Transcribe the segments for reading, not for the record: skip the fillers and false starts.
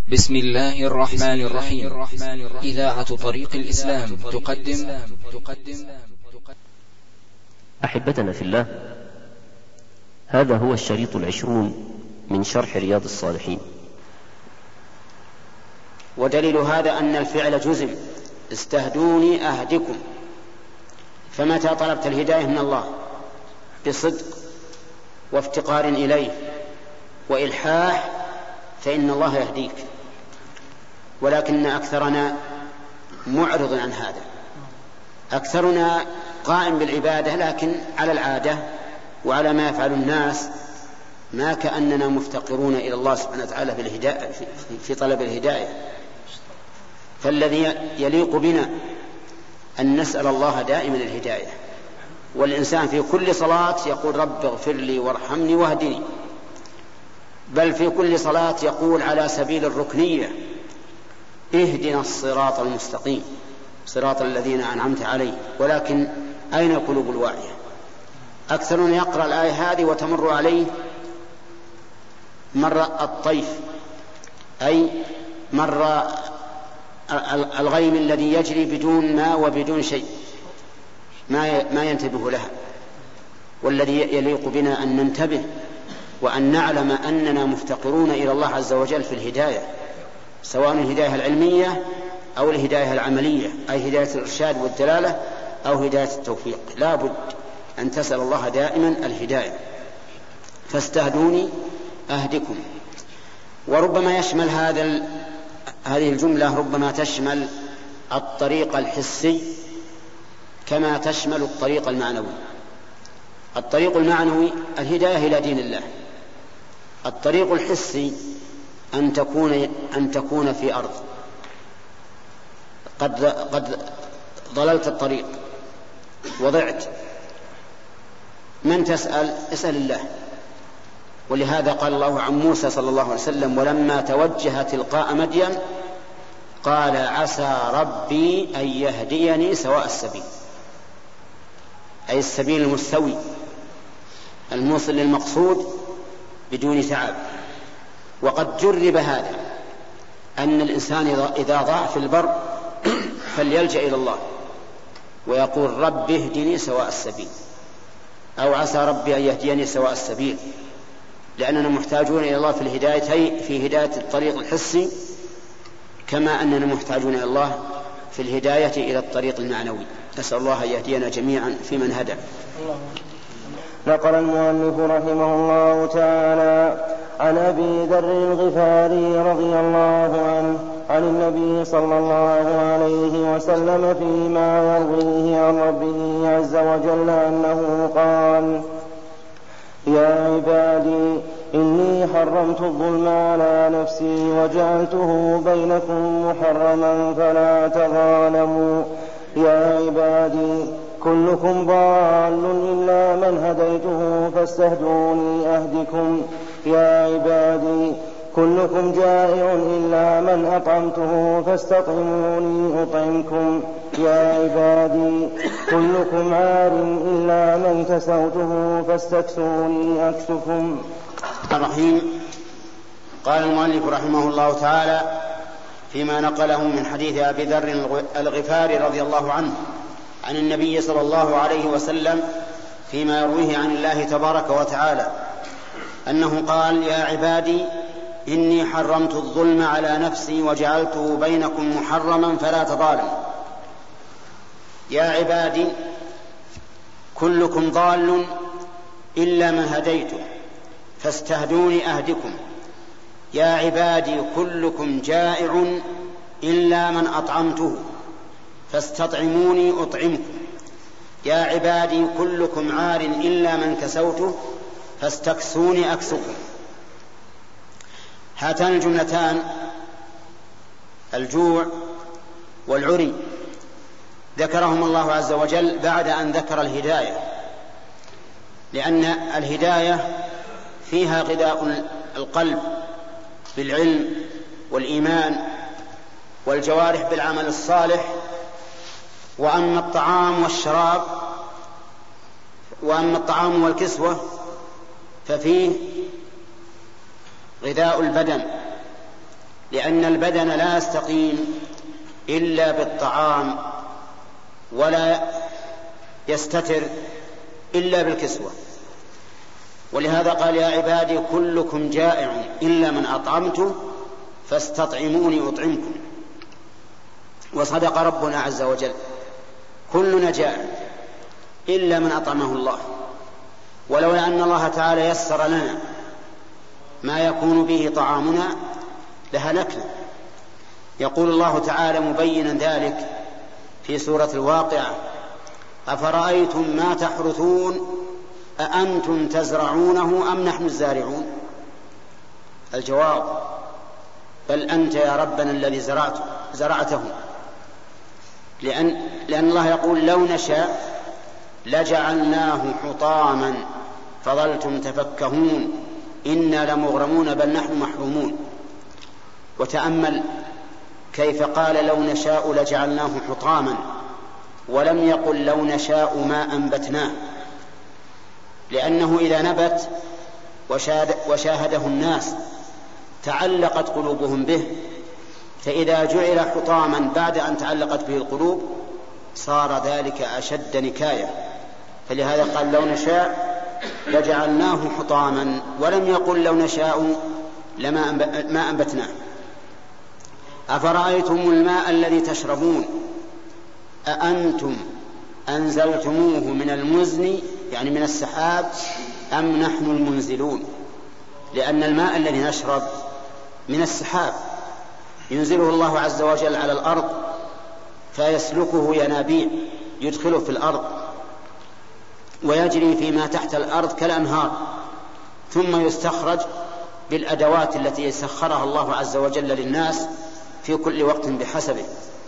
بسم الله الرحمن الرحيم. إذاعة طريق الإسلام تقدم أحبتنا في الله، هذا هو الشريط 20 من شرح رياض الصالحين. ودليل هذا أن الفعل جزم: استهدوني أهدكم. فمتى طلبت الهداية من الله بصدق وافتقار إليه وإلحاح فإن الله يهديك، ولكن أكثرنا معرض عن هذا. أكثرنا قائم بالعبادة لكن على العادة وعلى ما يفعل الناس، ما كأننا مفتقرون إلى الله سبحانه وتعالى في طلب الهداية. فالذي يليق بنا أن نسأل الله دائما الهداية، والإنسان في كل صلاة يقول: رب اغفر لي وارحمني واهدني. بل في كل صلاة يقول على سبيل الركنية: اهدنا الصراط المستقيم صراط الذين أنعمت عليهم. ولكن أين قلوب الواعية؟ أكثرون يقرأ الآية هذه وتمر عليه مر الطيف، أي مر الغيم الذي يجري بدون ماء وبدون شيء، ما ينتبه لها. والذي يليق بنا أن ننتبه وأن نعلم أننا مفتقرون إلى الله عز وجل في الهداية، سواء الهداية العلمية أو الهداية العملية، أي هداية الإرشاد والدلالة أو هداية التوفيق. لا بد أن تسأل الله دائما الهداية. فاستهدوني أهدكم. وربما يشمل هذه الجملة ربما تشمل الطريق الحسي كما تشمل الطريق المعنوي. الطريق المعنوي الهداية إلى دين الله. الطريق الحسي أن تكون في أرض قد ضللت الطريق وضعت. من تسأل؟ اسأل الله. ولهذا قال الله عن موسى صلى الله عليه وسلم: ولما توجه تلقاء مدين قال: عسى ربي أن يهديني سواء السبيل، أي السبيل المستوي الموصل للمقصود بدون تعب. وقد جرب هذا، أن الإنسان إذا ضاع في البر فليلجأ إلى الله ويقول: رب اهدني سواء السبيل، أو عسى ربي أن يهديني سواء السبيل، لأننا محتاجون إلى الله في هداية الطريق الحسي كما أننا محتاجون إلى الله في الهداية إلى الطريق المعنوي. نسأل الله أن يهدينا جميعا في من هدى. نقل المؤلف رحمه الله تعالى عن أبي ذر الغفاري رضي الله عنه عن النبي صلى الله عليه وسلم فيما يرويه عن ربه عز وجل أنه قال: يا عبادي إني حرمت الظلم على نفسي وجعلته بينكم محرما فلا تظالموا. يا عبادي كلكم ضال إلا من هديته فاستهدوني أهدكم. يا عبادي كلكم جائع إلا من أطعمته فاستطعموني أطعمكم. يا عبادي كلكم عار إلا من كسوته فاستكسوني أكسكم. الرحيم. قال المؤلف رحمه الله تعالى فيما نقله من حديث أبي ذر الغفاري رضي الله عنه عن النبي صلى الله عليه وسلم فيما يرويه عن الله تبارك وتعالى أنه قال: يا عبادي إني حرمت الظلم على نفسي وجعلته بينكم محرما فلا تظالموا. يا عبادي كلكم ضال إلا من هديته فاستهدوني أهدكم. يا عبادي كلكم جائع إلا من أطعمته فاستطعموني أطعمكم. يا عبادي كلكم عار إلا من كسوته فاستكسوني أكسكم. هاتان الجملتان، الجوع والعري، ذكرهم الله عز وجل بعد أن ذكر الهداية، لأن الهداية فيها غذاء القلب بالعلم والإيمان والجوارح بالعمل الصالح. وأما الطعام والكسوة ففيه غذاء البدن لأن البدن لا يستقيم إلا بالطعام ولا يستتر إلا بالكسوة. ولهذا قال يا عبادي كلكم جائع إلا من أطعمته فاستطعموني أطعمكم. وصدق ربنا عز وجل، كلنا جائع إلا من أطعمه الله. ولولا أن الله تعالى يسر لنا ما يكون به طعامنا لهلكنا. يقول الله تعالى مبينا ذلك في سورة الواقعة: أفرأيتم ما تحرثون أأنتم تزرعونه أم نحن الزارعون؟ الجواب: بل أنت يا ربنا الذي زرعته. لأن الله يقول لو نشاء لجعلناه حطاما فظلتم تفكهون إنا لمغرمون بل نحن محرومون. وتأمل كيف قال لو نشاء لجعلناه حطاما ولم يقل لو نشاء ما أنبتناه، لأنه إذا نبت وشاهده الناس تعلقت قلوبهم به، فإذا جعل حطاما بعد أن تعلقت به القلوب صار ذلك أشد نكاية. فلهذا قال لو نشاء لجعلناه حطاما ولم يقل لو نشاء ما أنبتناه. أفرأيتم الماء الذي تشربون أأنتم أنزلتموه من المزن يعني من السحاب أم نحن المنزلون؟ لأن الماء الذي نشرب من السحاب ينزله الله عز وجل على الأرض فيسلكه ينابيع يدخله في الأرض ويجري فيما تحت الأرض كالأنهار، ثم يستخرج بالأدوات التي سخرها الله عز وجل للناس في كل وقت بحسبه.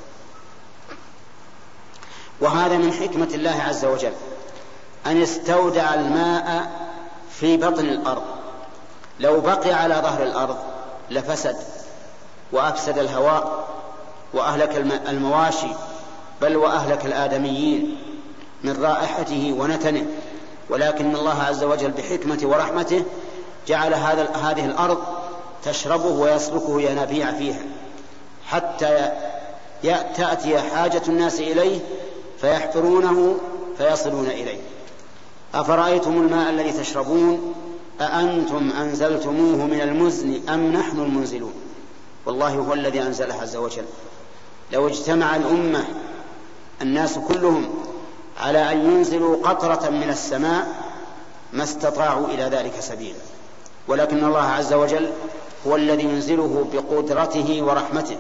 وهذا من حكمة الله عز وجل أن استودع الماء في بطن الأرض. لو بقي على ظهر الأرض لفسد وأفسد الهواء وأهلك المواشي بل وأهلك الآدميين من رائحته ونتنه. ولكن الله عز وجل بحكمة ورحمته جعل هذه الأرض تشربه ويسلكه ينابيع فيها حتى تأتي حاجة الناس إليه فيحفرونه فيصلون إليه. أفرأيتم الماء الذي تشربون أأنتم أنزلتموه من المزن أم نحن المنزلون؟ والله هو الذي أنزله عز وجل. لو اجتمع الأمة الناس كلهم على أن ينزلوا قطرة من السماء ما استطاعوا إلى ذلك سبيلا، ولكن الله عز وجل هو الذي ينزله بقدرته ورحمته.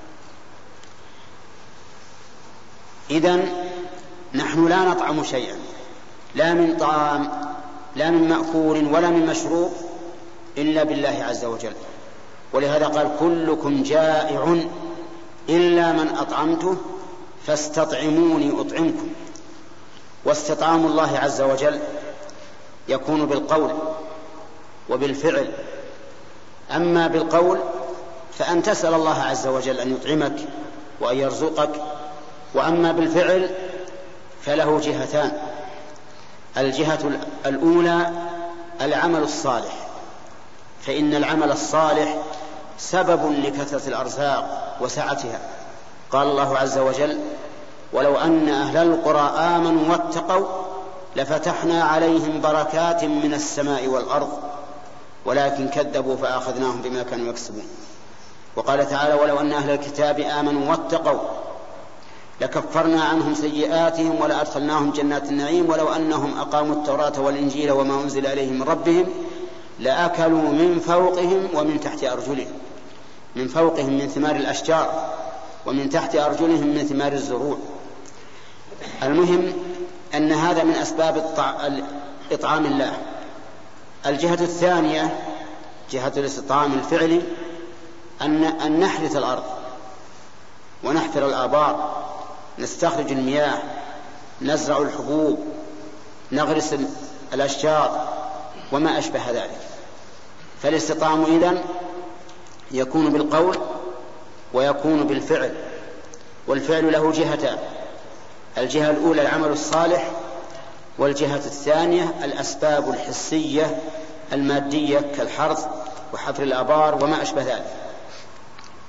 إذن نحن لا نطعم شيئا لا من طعام لا من مأكول ولا من مشروب إلا بالله عز وجل. ولهذا قال كلكم جائع إلا من أطعمته فاستطعموني أطعمكم. واستطعام الله عز وجل يكون بالقول وبالفعل. أما بالقول فأن تسأل الله عز وجل أن يطعمك وأن يرزقك، وأما بالفعل فله جهتان: الجهة الأولى العمل الصالح، فإن العمل الصالح سبب لكثرة الأرزاق وسعتها. قال الله عز وجل ولو أن أهل القرى آمنوا واتقوا لفتحنا عليهم بركات من السماء والأرض ولكن كذبوا فأخذناهم بما كانوا يكسبون. وقال تعالى ولو أن أهل الكتاب آمنوا واتقوا لكفرنا عنهم سيئاتهم ولأدخلناهم جنات النعيم ولو أنهم أقاموا التوراة والإنجيل وما أنزل إليهم من ربهم لأكلوا من فوقهم ومن تحت أرجلهم. من فوقهم من ثمار الأشجار ومن تحت أرجلهم من ثمار الزروع. المهم أن هذا من أسباب إطعام الله. الجهة الثانية جهة الاستطعام الفعلي أن نحرث الأرض ونحفر الآبار، نستخرج المياه، نزرع الحبوب، نغرس الأشجار وما أشبه ذلك. فالاستطعام إذن يكون بالقول ويكون بالفعل، والفعل له جهتان: الجهة الأولى العمل الصالح، والجهة الثانية الأسباب الحسية المادية كالحرث وحفر الآبار وما أشبه ذلك.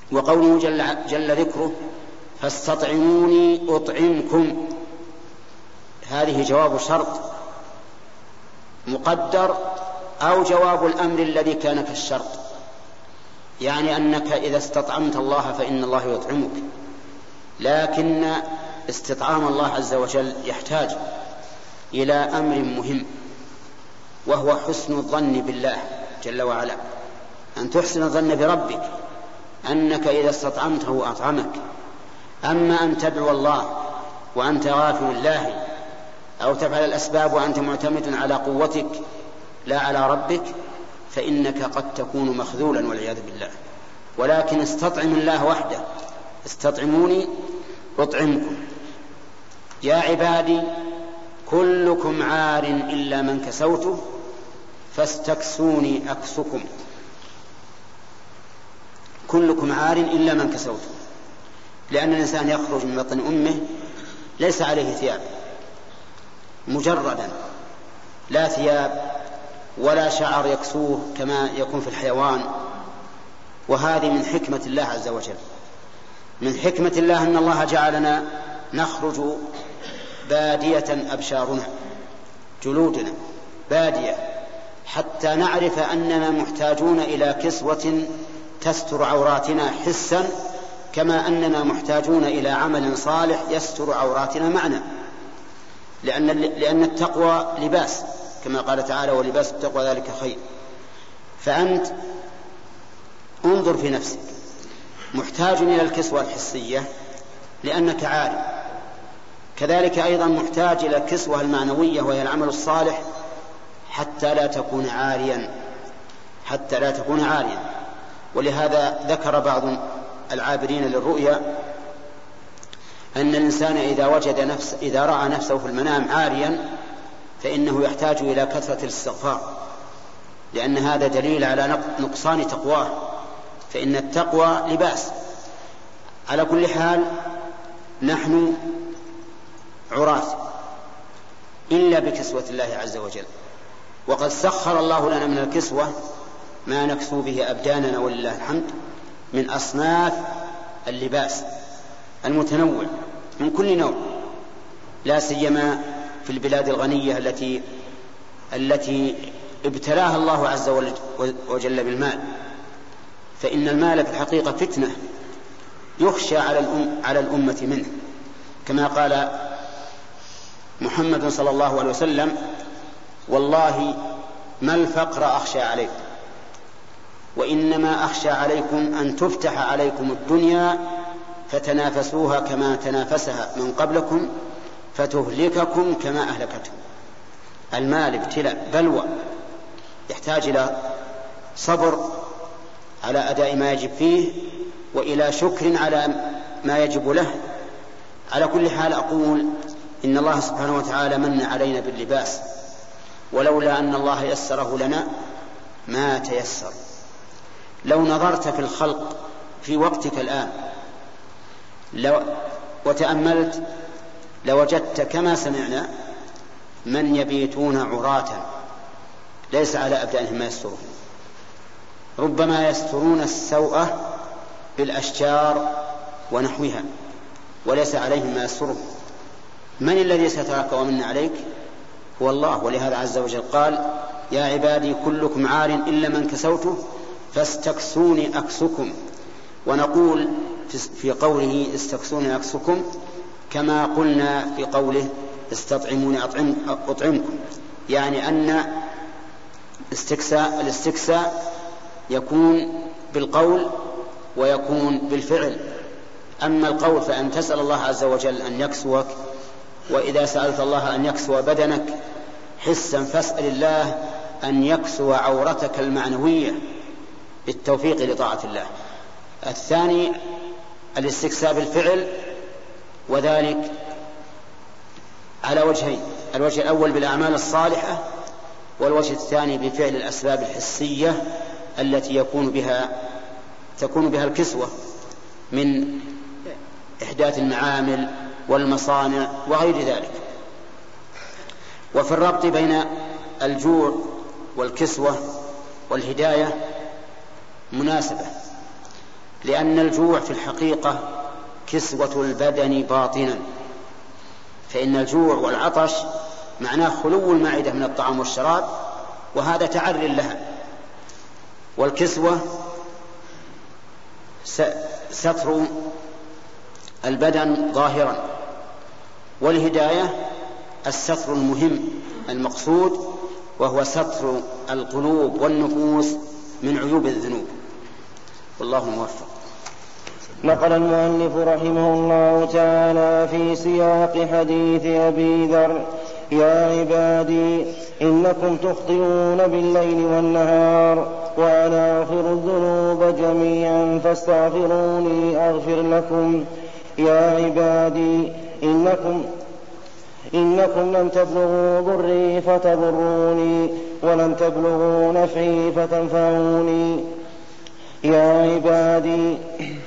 وقوله جل ذكره فاستطعموني أطعمكم، هذه جواب شرط مقدر أو جواب الأمر الذي كان كالشرط، يعني أنك إذا استطعمت الله فإن الله يطعمك، لكن استطعام الله عز وجل يحتاج إلى أمر مهم، وهو حسن الظن بالله جل وعلا، أن تحسن الظن بربك أنك إذا استطعمته أطعمك. أما أن تدعو الله وأنت غافل الله، أو تفعل الأسباب وأنت معتمد على قوتك لا على ربك، فإنك قد تكون مخذولا والعياذ بالله. ولكن استطعم الله وحده، استطعموني أطعمكم. يا عبادي كلكم عار إلا من كسوته فاستكسوني أكسكم. كلكم عار إلا من كسوته، لأن الإنسان يخرج من بطن أمه ليس عليه ثياب، مجردا، لا ثياب ولا شعر يكسوه كما يكون في الحيوان. وهذه من حكمة الله عز وجل. من حكمة الله أن الله جعلنا نخرج بادية أبشارنا، جلودنا بادية، حتى نعرف أننا محتاجون إلى كسوة تستر عوراتنا حسا، كما أننا محتاجون إلى عمل صالح يستر عوراتنا معنا، لأن التقوى لباس، كما قال تعالى ولباس التقوى ذلك خير. فأنت انظر في نفسك، محتاج إلى الكسوة الحسية لأنك عاري، كذلك أيضا محتاج إلى الكسوة المعنوية وهي العمل الصالح حتى لا تكون عاريا. ولهذا ذكر بعض العابرين للرؤيا أن الإنسان إذا رأى نفسه في المنام عاريا فإنه يحتاج إلى كثرة الاستغفار، لأن هذا دليل على نقصان تقواه، فإن التقوى لباس. على كل حال نحن عراة إلا بكسوة الله عز وجل، وقد سخر الله لنا من الكسوة ما نكسو به أبداننا ولله الحمد من أصناف اللباس المتنوع من كل نوع، لا سيما في البلاد الغنية التي ابتلاها الله عز وجل بالمال، فإن المال في الحقيقة فتنة يخشى على الأمة منه، كما قال محمد صلى الله عليه وسلم والله ما الفقر أخشى عليكم، وإنما أخشى عليكم أن تفتح عليكم الدنيا فتنافسوها كما تنافسها من قبلكم فتهلككم كما أهلكتهم. المال ابتلاء بلوى، يحتاج إلى صبر على أداء ما يجب فيه وإلى شكر على ما يجب له. على كل حال أقول إن الله سبحانه وتعالى من علينا باللباس، ولولا أن الله يسره لنا ما تيسر. لو نظرت في الخلق في وقتك الآن وتأملت لوجدت كما سمعنا من يبيتون عراة ليس على أبدانهم ما يسترون، ربما يسترون السوء بالأشجار ونحوها وليس عليهم ما يسترون. من الذي سترك ومن عليك؟ هو الله. ولهذا عز وجل قال يا عبادي كلكم عار إلا من كسوته فاستكسوني أكسكم. ونقول في قوله استكسوني أكسكم كما قلنا في قوله استطعموني أطعمكم، يعني أن الاستكساء يكون بالقول ويكون بالفعل. أما القول فأن تسأل الله عز وجل أن يكسوك، وإذا سألت الله أن يكسو بدنك حسا فاسأل الله أن يكسو عورتك المعنوية بالتوفيق لطاعة الله. الثاني الاستكساء بالفعل، وذلك على وجهين: الوجه الأول بالأعمال الصالحة، والوجه الثاني بفعل الأسباب الحسية التي تكون بها الكسوة من إحداث المعامل والمصانع وغير ذلك. وفي الربط بين الجوع والكسوة والهداية مناسبة، لأن الجوع في الحقيقة كسوة البدن باطنا، فإن الجوع والعطش معناه خلو المعدة من الطعام والشراب، وهذا تعر لها. والكسوة ستر البدن ظاهرا، والهداية الستر المهم المقصود، وهو ستر القلوب والنفوس من عيوب الذنوب. والله موفق. نقل المؤلف رحمه الله تعالى في سياق حديث أبي ذر: يا عبادي إنكم تخطئون بالليل والنهار وأنا أغفر الذنوب جميعا فاستغفروني أغفر لكم. يا عبادي إنكم لن تبلغوا ضري فتضروني ولن تبلغوا نفعي فتنفعوني. يا عبادي.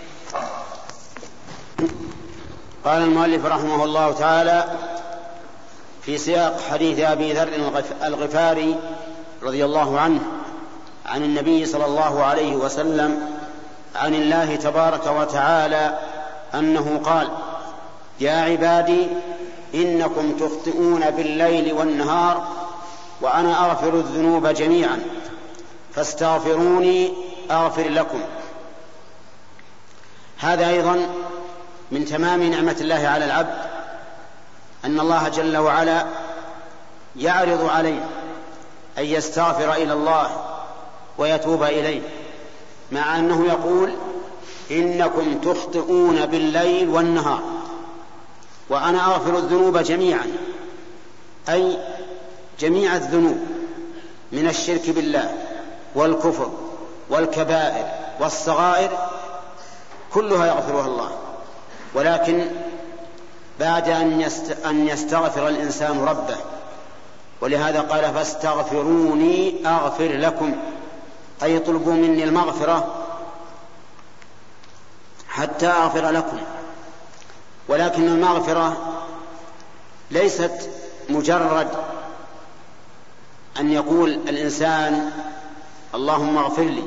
قال المؤلف رحمه الله تعالى في سياق حديث أبي ذر الغفاري رضي الله عنه عن النبي صلى الله عليه وسلم عن الله تبارك وتعالى أنه قال: يا عبادي إنكم تخطئون بالليل والنهار وأنا أغفر الذنوب جميعا فاستغفروني أغفر لكم. هذا أيضا من تمام نعمة الله على العبد، أن الله جل وعلا يعرض عليه أن يستغفر إلى الله ويتوب إليه، مع أنه يقول: إنكم تخطئون بالليل والنهار وأنا أغفر الذنوب جميعا، أي جميع الذنوب من الشرك بالله والكفر والكبائر والصغائر كلها يغفرها الله، ولكن بعد أن يستغفر الإنسان ربه. ولهذا قال: فاستغفروني أغفر لكم، أي طلبوا مني المغفرة حتى أغفر لكم. ولكن المغفرة ليست مجرد أن يقول الإنسان اللهم اغفر لي،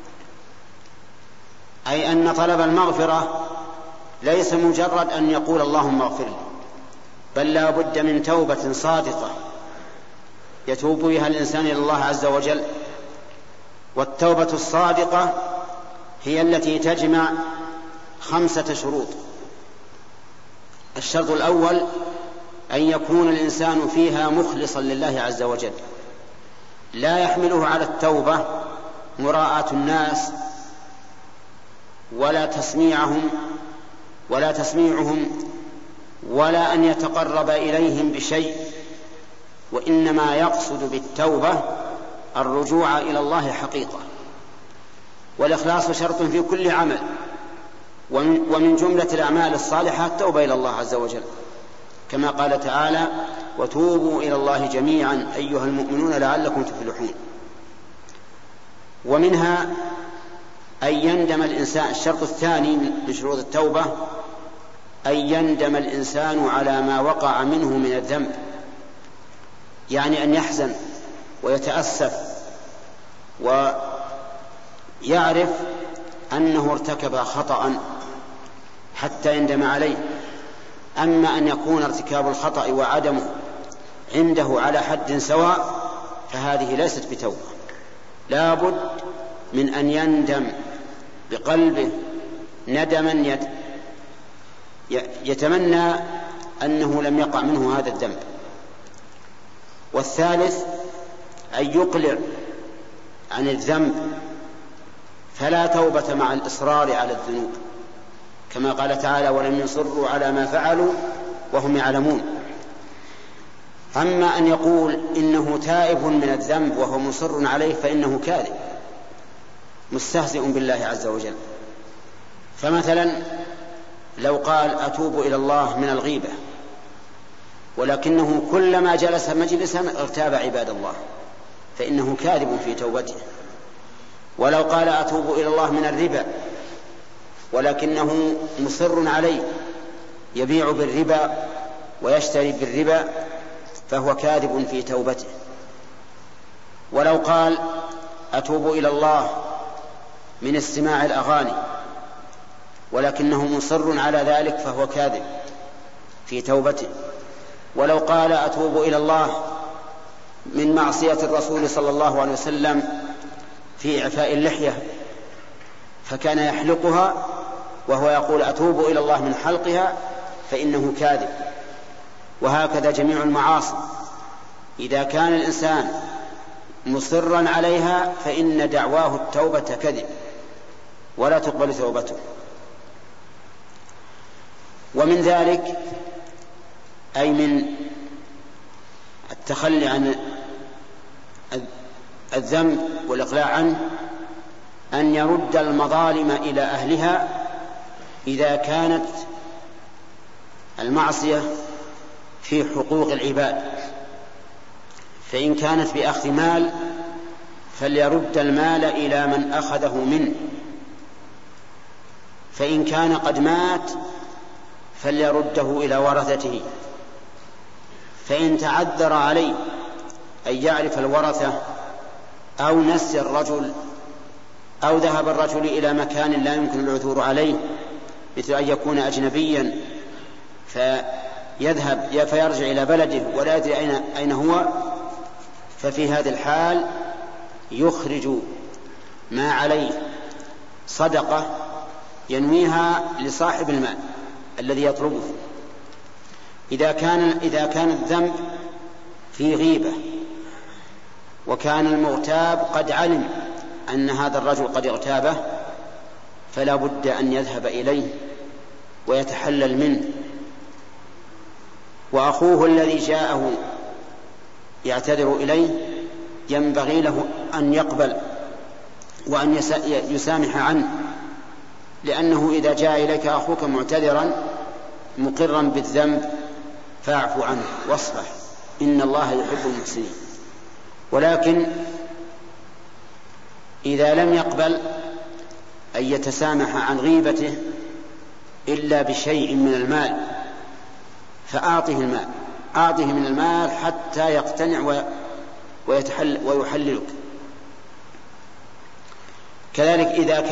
أي أن طلب المغفرة ليس مجرد أن يقول اللهم اغفر لي، بل لا بد من توبة صادقة يتوب بها الإنسان إلى الله عز وجل. والتوبة الصادقة هي التي تجمع 5 شروط. الشرط الأول أن يكون الإنسان فيها مخلصا لله عز وجل، لا يحمله على التوبة مراءة الناس ولا تسميعهم ولا أن يتقرب إليهم بشيء، وإنما يقصد بالتوبة الرجوع إلى الله حقيقة. والإخلاص شرط في كل عمل، ومن جملة الأعمال الصالحة التوبة إلى الله عز وجل، كما قال تعالى: وتوبوا إلى الله جميعا أيها المؤمنون لعلكم تفلحون. ومنها أن يندم الإنسان. الشرط الثاني من شروط التوبة أن يندم الإنسان على ما وقع منه من الذنب، يعني أن يحزن ويتأسف ويعرف أنه ارتكب خطأ حتى يندم عليه. أما أن يكون ارتكاب الخطأ وعدمه عنده على حد سواء فهذه ليست بتوبة، لا بد من أن يندم بقلبه ندما يتمنى أنه لم يقع منه هذا الذنب. والثالث أن يقلع عن الذنب، فلا توبة مع الإصرار على الذنوب، كما قال تعالى: ولم يصروا على ما فعلوا وهم يعلمون. أما أن يقول إنه تائب من الذنب وهو مصر عليه فإنه كاذب مستهزئ بالله عز وجل. فمثلا لو قال: أتوب إلى الله من الغيبة، ولكنه كلما جلس مجلسا ارتاب عباد الله، فإنه كاذب في توبته. ولو قال: أتوب إلى الله من الربا، ولكنه مصر عليه يبيع بالربا ويشتري بالربا، فهو كاذب في توبته. ولو قال: أتوب إلى الله من استماع الأغاني، ولكنه مصر على ذلك فهو كاذب في توبته. ولو قال أتوب إلى الله من معصية الرسول صلى الله عليه وسلم في إعفاء اللحية فكان يحلقها وهو يقول أتوب إلى الله من حلقها فإنه كاذب. وهكذا جميع المعاصي إذا كان الإنسان مصرا عليها فإن دعواه التوبة كذب ولا تقبل توبته. ومن ذلك أي من التخلي عن الذنب والإقلاع عنه أن يرد المظالم إلى أهلها إذا كانت المعصية في حقوق العباد. فإن كانت بأخذ مال فليرد المال إلى من أخذه منه، فإن كان قد مات فليرده إلى ورثته، فإن تعذر عليه أن يعرف الورثة أو نسي الرجل أو ذهب الرجل إلى مكان لا يمكن العثور عليه مثل أن يكون أجنبيا فيرجع إلى بلده ولا يدري أين هو، ففي هذه الحال يخرج ما عليه صدقة ينويها لصاحب المال الذي يطلبه. إذا كان الذنب في غيبة وكان المغتاب قد علم أن هذا الرجل قد اغتابه فلا بد أن يذهب إليه ويتحلل منه، وأخوه الذي جاءه يعتذر إليه ينبغي له أن يقبل وأن يسامح عنه، لأنه إذا جاء إليك أخوك معتذرا مقرا بالذنب فاعف عنه واصفح إن الله يحب المحسنين. ولكن إذا لم يقبل أن يتسامح عن غيبته إلا بشيء من المال فأعطه المال، أعطه من المال حتى يقتنع ويحللك. كذلك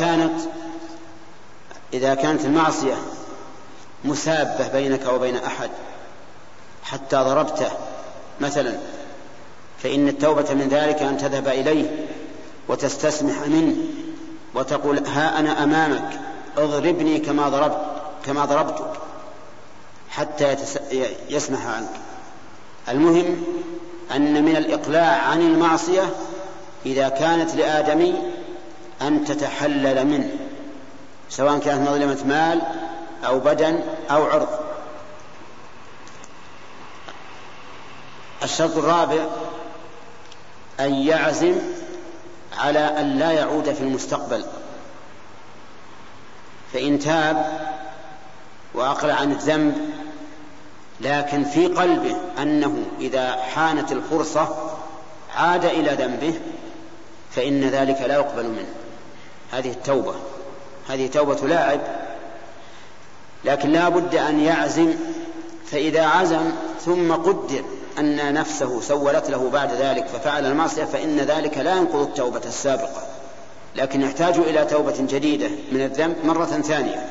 إذا كانت المعصية مسابة بينك وبين أحد حتى ضربته مثلا، فإن التوبة من ذلك أن تذهب إليه وتستسمح منه وتقول ها أنا أمامك اضربني كما ضربتك حتى يسمح عنك. المهم أن من الإقلاع عن المعصية إذا كانت لآدمي أن تتحلل منه سواء كانت مظلمة مال أو بدن أو عرض. الشرط الرابع أن يعزم على أن لا يعود في المستقبل، فإن تاب وأقلع عن الذنب لكن في قلبه أنه إذا حانت الفرصة عاد إلى ذنبه فإن ذلك لا يقبل منه. هذه توبة لاعب، لكن لا بد أن يعزم. فإذا عزم ثم قدر أن نفسه سولت له بعد ذلك ففعل المعصية فإن ذلك لا ينقض التوبة السابقة، لكن يحتاج إلى توبة جديدة من الذنب مرة ثانية.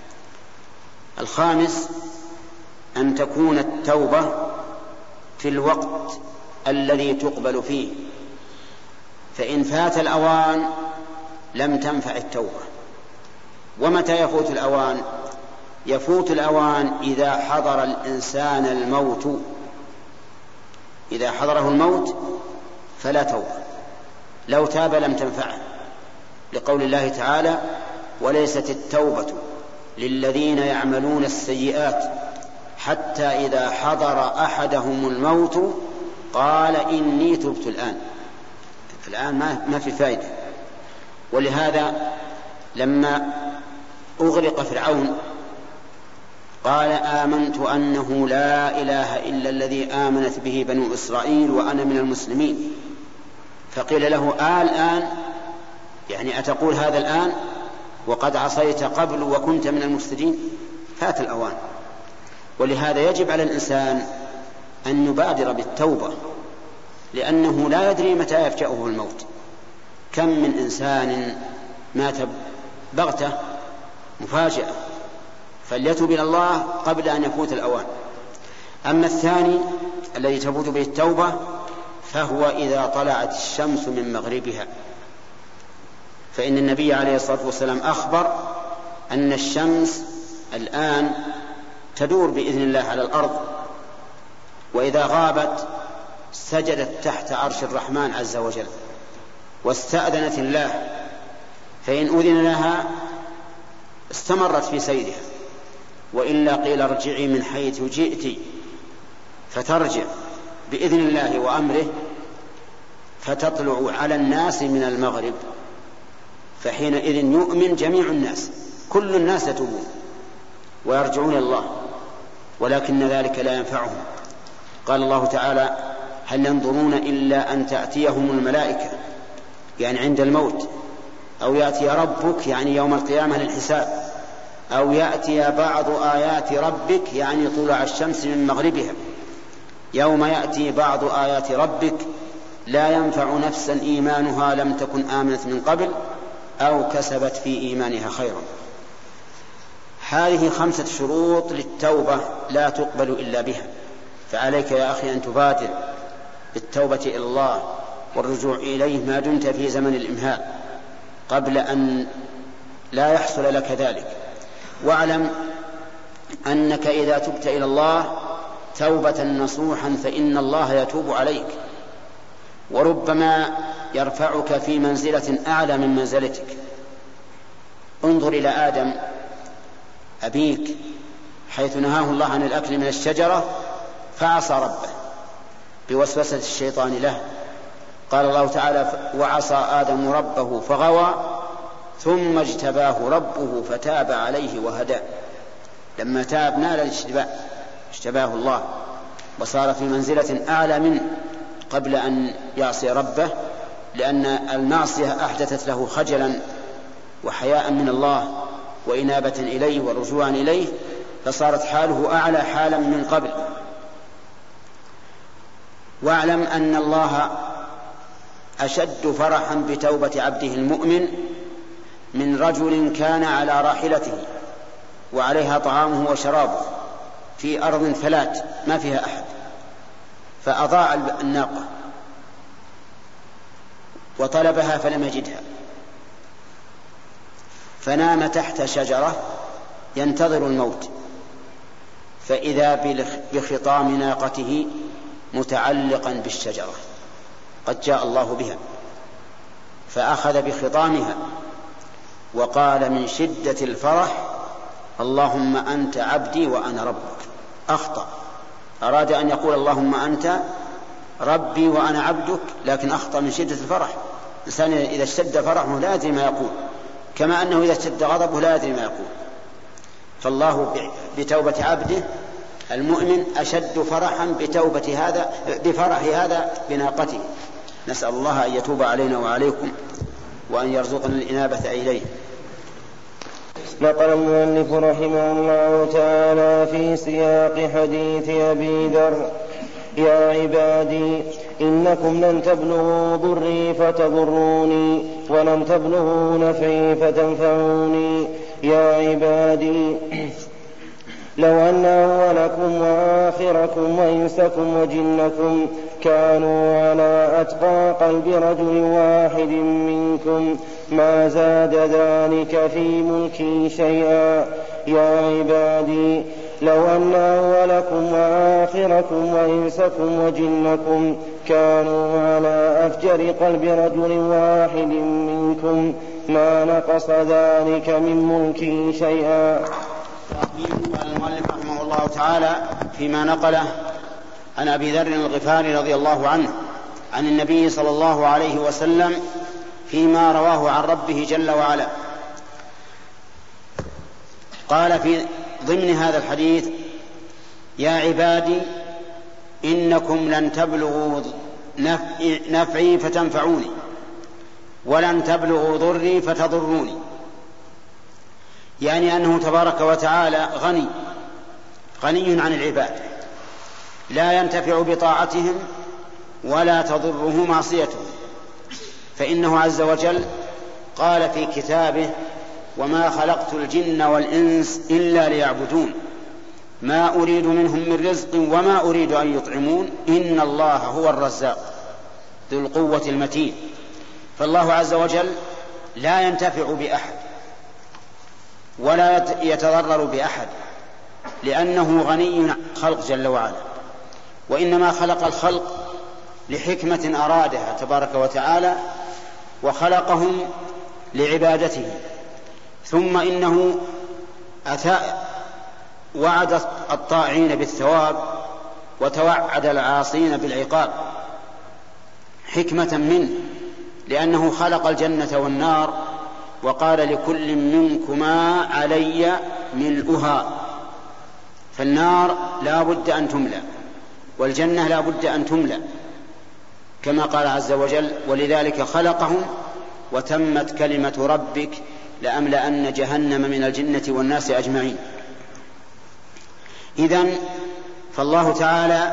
الخامس أن تكون التوبة في الوقت الذي تقبل فيه، فإن فات الأوان لم تنفع التوبة. ومتى يفوت الأوان؟ يفوت الأوان إذا حضر الإنسان الموت، إذا حضره الموت فلا توبة، لو تاب لم تنفعه، لقول الله تعالى وليست التوبة للذين يعملون السيئات حتى إذا حضر أحدهم الموت قال إني تبت الآن ما في فائدة. ولهذا لما أغرق فرعون قال آمنت أنه لا إله إلا الذي آمنت به بنو إسرائيل وأنا من المسلمين، فقيل له الآن يعني أتقول هذا الآن وقد عصيت قبل وكنت من المفسدين؟ فات الأوان. ولهذا يجب على الإنسان أن يبادر بالتوبة، لأنه لا يدري متى يفجأه الموت. كم من إنسان مات بغتة مفاجأة، فليتوب إلى الله قبل أن يفوت الأوان. أما الثاني الذي تفوت به التوبة فهو إذا طلعت الشمس من مغربها، فإن النبي عليه الصلاة والسلام أخبر أن الشمس الآن تدور بإذن الله على الأرض، وإذا غابت سجدت تحت عرش الرحمن عز وجل واستأذنت الله، فإن أذن لها استمرت في سيرها، وإلا قيل ارجعي من حيث جئت، فترجع بإذن الله وأمره فتطلع على الناس من المغرب، فحينئذ يؤمن جميع الناس، كل الناس يتوبون ويرجعون إلى الله، ولكن ذلك لا ينفعهم. قال الله تعالى: هل ينظرون إلا أن تأتيهم الملائكة، يعني عند الموت، أو يأتي ربك يعني يوم القيامة للحساب، أو يأتي بعض آيات ربك يعني طلوع الشمس من مغربها. يوم يأتي بعض آيات ربك لا ينفع نفسا إيمانها لم تكن آمنت من قبل أو كسبت في إيمانها خيرا. هذه 5 شروط للتوبة لا تقبل إلا بها، فعليك يا أخي أن تبادر بالتوبة إلى الله والرجوع إليه ما دمت في زمن الإمهال قبل أن لا يحصل لك ذلك. واعلم أنك إذا تبت إلى الله توبة نصوحا فإن الله يتوب عليك، وربما يرفعك في منزلة أعلى من منزلتك. انظر إلى آدم أبيك حيث نهاه الله عن الأكل من الشجرة فعصى ربه بوسوسة الشيطان له. قال الله تعالى: وعصى آدم ربه فغوى ثم اجتباه ربه فتاب عليه وهدى. لما تاب نال الاشتباء، اجتباه الله وصار في منزلة أعلى منه قبل أن يعصي ربه، لأن المعصية أحدثت له خجلا وحياء من الله وإنابة إليه ورجوعا إليه، فصارت حاله أعلى حالا من قبل. واعلم أن الله أشد فرحا بتوبة عبده المؤمن من رجل كان على راحلته وعليها طعامه وشرابه في أرض فلات ما فيها أحد، فأضاع الناقة وطلبها فلم يجدها، فنام تحت شجرة ينتظر الموت، فإذا بخطام ناقته متعلقا بالشجرة قد جاء الله بها، فأخذ بخطامها وقال من شدة الفرح: اللهم أنت عبدي وأنا ربك. أخطأ، أراد أن يقول اللهم أنت ربي وأنا عبدك، لكن أخطأ من شدة الفرح. الإنسان إذا اشتد فرحه لا يدري ما يقول، كما أنه إذا اشتد غضبه لا يدري ما يقول. فالله بتوبة عبده المؤمن أشد فرحا بفرح هذا بناقته. نسأل الله أن يتوب علينا وعليكم وأن يرزقنا الإنابة إليه. نقل المؤلف رحمه الله تعالى في سياق حديث أبي ذر: يا عبادي إنكم لن تبلغوا ضري فتضروني ولن تبلغوا نفعي فتنفعوني. يا عبادي لو أن أولكم وآخركم وإنسكم وجنكم كانوا على أتقى قلب رجل واحد منكم ما زاد ذلك في ملكي شيئا. يا عبادي لو أن أولكم وآخركم وإنسكم وجنكم كانوا على أفجر قلب رجل واحد منكم ما نقص ذلك من ملكي شيئا. قال المؤلف رحمه الله تعالى فيما نقله عن أبي ذر الغفاري رضي الله عنه عن النبي صلى الله عليه وسلم فيما رواه عن ربه جل وعلا. قال في ضمن هذا الحديث: يا عبادي إنكم لن تبلغوا نفعي فتنفعوني ولن تبلغوا ضري فتضروني. يعني أنه تبارك وتعالى غني عن العباد، لا ينتفع بطاعتهم ولا تضره معصيتهم، فإنه عز وجل قال في كتابه وما خلقت الجن والإنس إلا ليعبدون ما أريد منهم من رزق وما أريد أن يطعمون إن الله هو الرزاق ذو القوة المتين. فالله عز وجل لا ينتفع بأحد ولا يتضرر بأحد لأنه غني عن الخلق جل وعلا، وإنما خلق الخلق لحكمة أرادها تبارك وتعالى وخلقهم لعبادته. ثم إنه وعد الطاعين بالثواب وتوعد العاصين بالعقاب حكمة منه، لأنه خلق الجنة والنار وقال لكل منكما علي ملؤها. فالنار لا بد أن تملأ والجنة لا بد أن تملأ كما قال عز وجل ولذلك خلقهم وتمت كلمة ربك لأملأن جهنم من الجنة والناس أجمعين. إذن فالله تعالى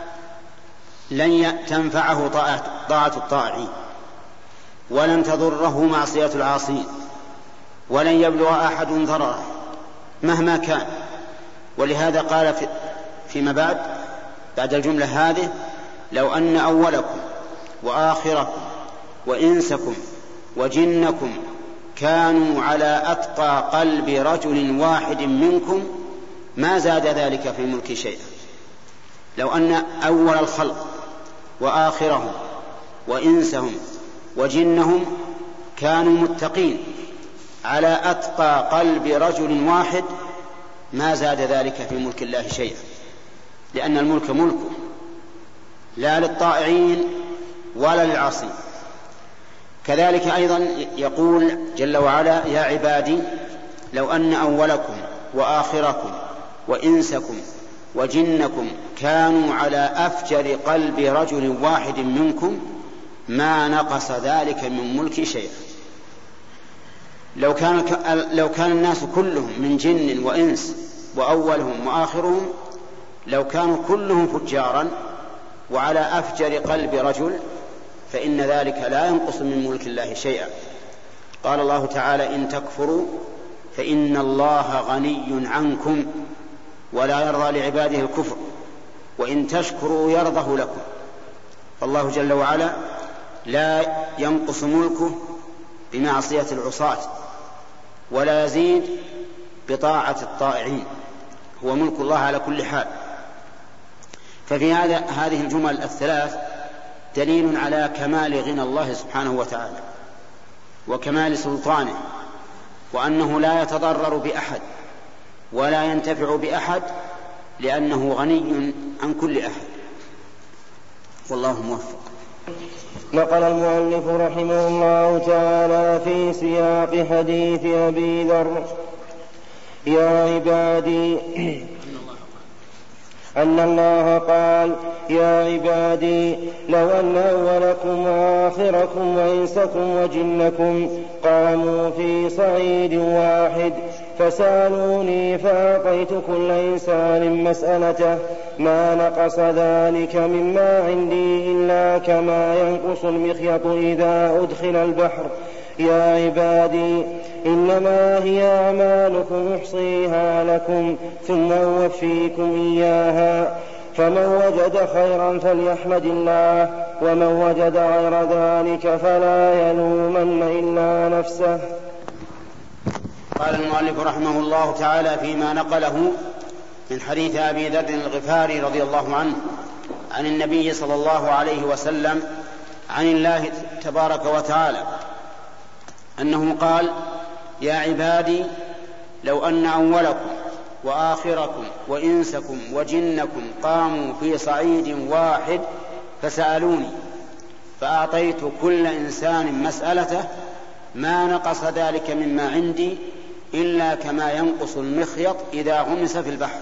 لن تنفعه طاعة الطاعين ولن تضره معصية العاصين ولن يبلغ أحد ضرره مهما كان. ولهذا قال فيما بعد الجملة هذه لو أن أولكم وآخركم وإنسكم وجنكم كانوا على أتقى قلب رجل واحد منكم ما زاد ذلك في ملك شيئا. لو أن أول الخلق وآخرهم وإنسهم وجنهم كانوا متقين على أتقى قلب رجل واحد ما زاد ذلك في ملك الله شيئا، لأن الملك ملكه لا للطائعين ولا للعاصين. كذلك أيضا يقول جل وعلا يا عبادي لو أن أولكم وآخركم وإنسكم وجنكم كانوا على أفجر قلب رجل واحد منكم ما نقص ذلك من ملك شيئا. لو كان الناس كلهم من جن وإنس وأولهم وآخرهم لو كانوا كلهم فجارا وعلى أفجر قلب رجل فإن ذلك لا ينقص من ملك الله شيئا. قال الله تعالى إن تكفروا فإن الله غني عنكم ولا يرضى لعباده الكفر وإن تشكروا يرضه لكم. فالله جل وعلا لا ينقص ملكه بمعصية العصاة ولا يزيد بطاعة الطائعين، هو ملك الله على كل حال. ففي هذه الجمل الثلاث دليل على كمال غنى الله سبحانه وتعالى وكمال سلطانه، وأنه لا يتضرر بأحد ولا ينتفع بأحد لأنه غني عن كل أحد. والله موفق. نقل المؤلف رحمه الله تعالى في سياق حديث أبي ذر يا عبادي أن الله قال يا عبادي لو أن أولكم وآخركم وإنسكم وجنكم قاموا في صعيد واحد فسألوني فأعطيت كل إنسان مسألته ما نقص ذلك مما عندي إلا كما ينقص المخيط إذا أدخل البحر. يا عبادي إنما هي أعمالكم أحصيها لكم ثم أوفيكم إياها فمن وجد خيرا فليحمد الله ومن وجد غير ذلك فلا يلومن إلا نفسه. قال المؤلف رحمه الله تعالى فيما نقله من حديث أبي ذر الغفاري رضي الله عنه عن النبي صلى الله عليه وسلم عن الله تبارك وتعالى أنه قال يا عبادي لو أن أولكم وآخركم وإنسكم وجنكم قاموا في صعيد واحد فسألوني فأعطيت كل إنسان مسألته ما نقص ذلك مما عندي إلا كما ينقص المخيط إذا غمس في البحر.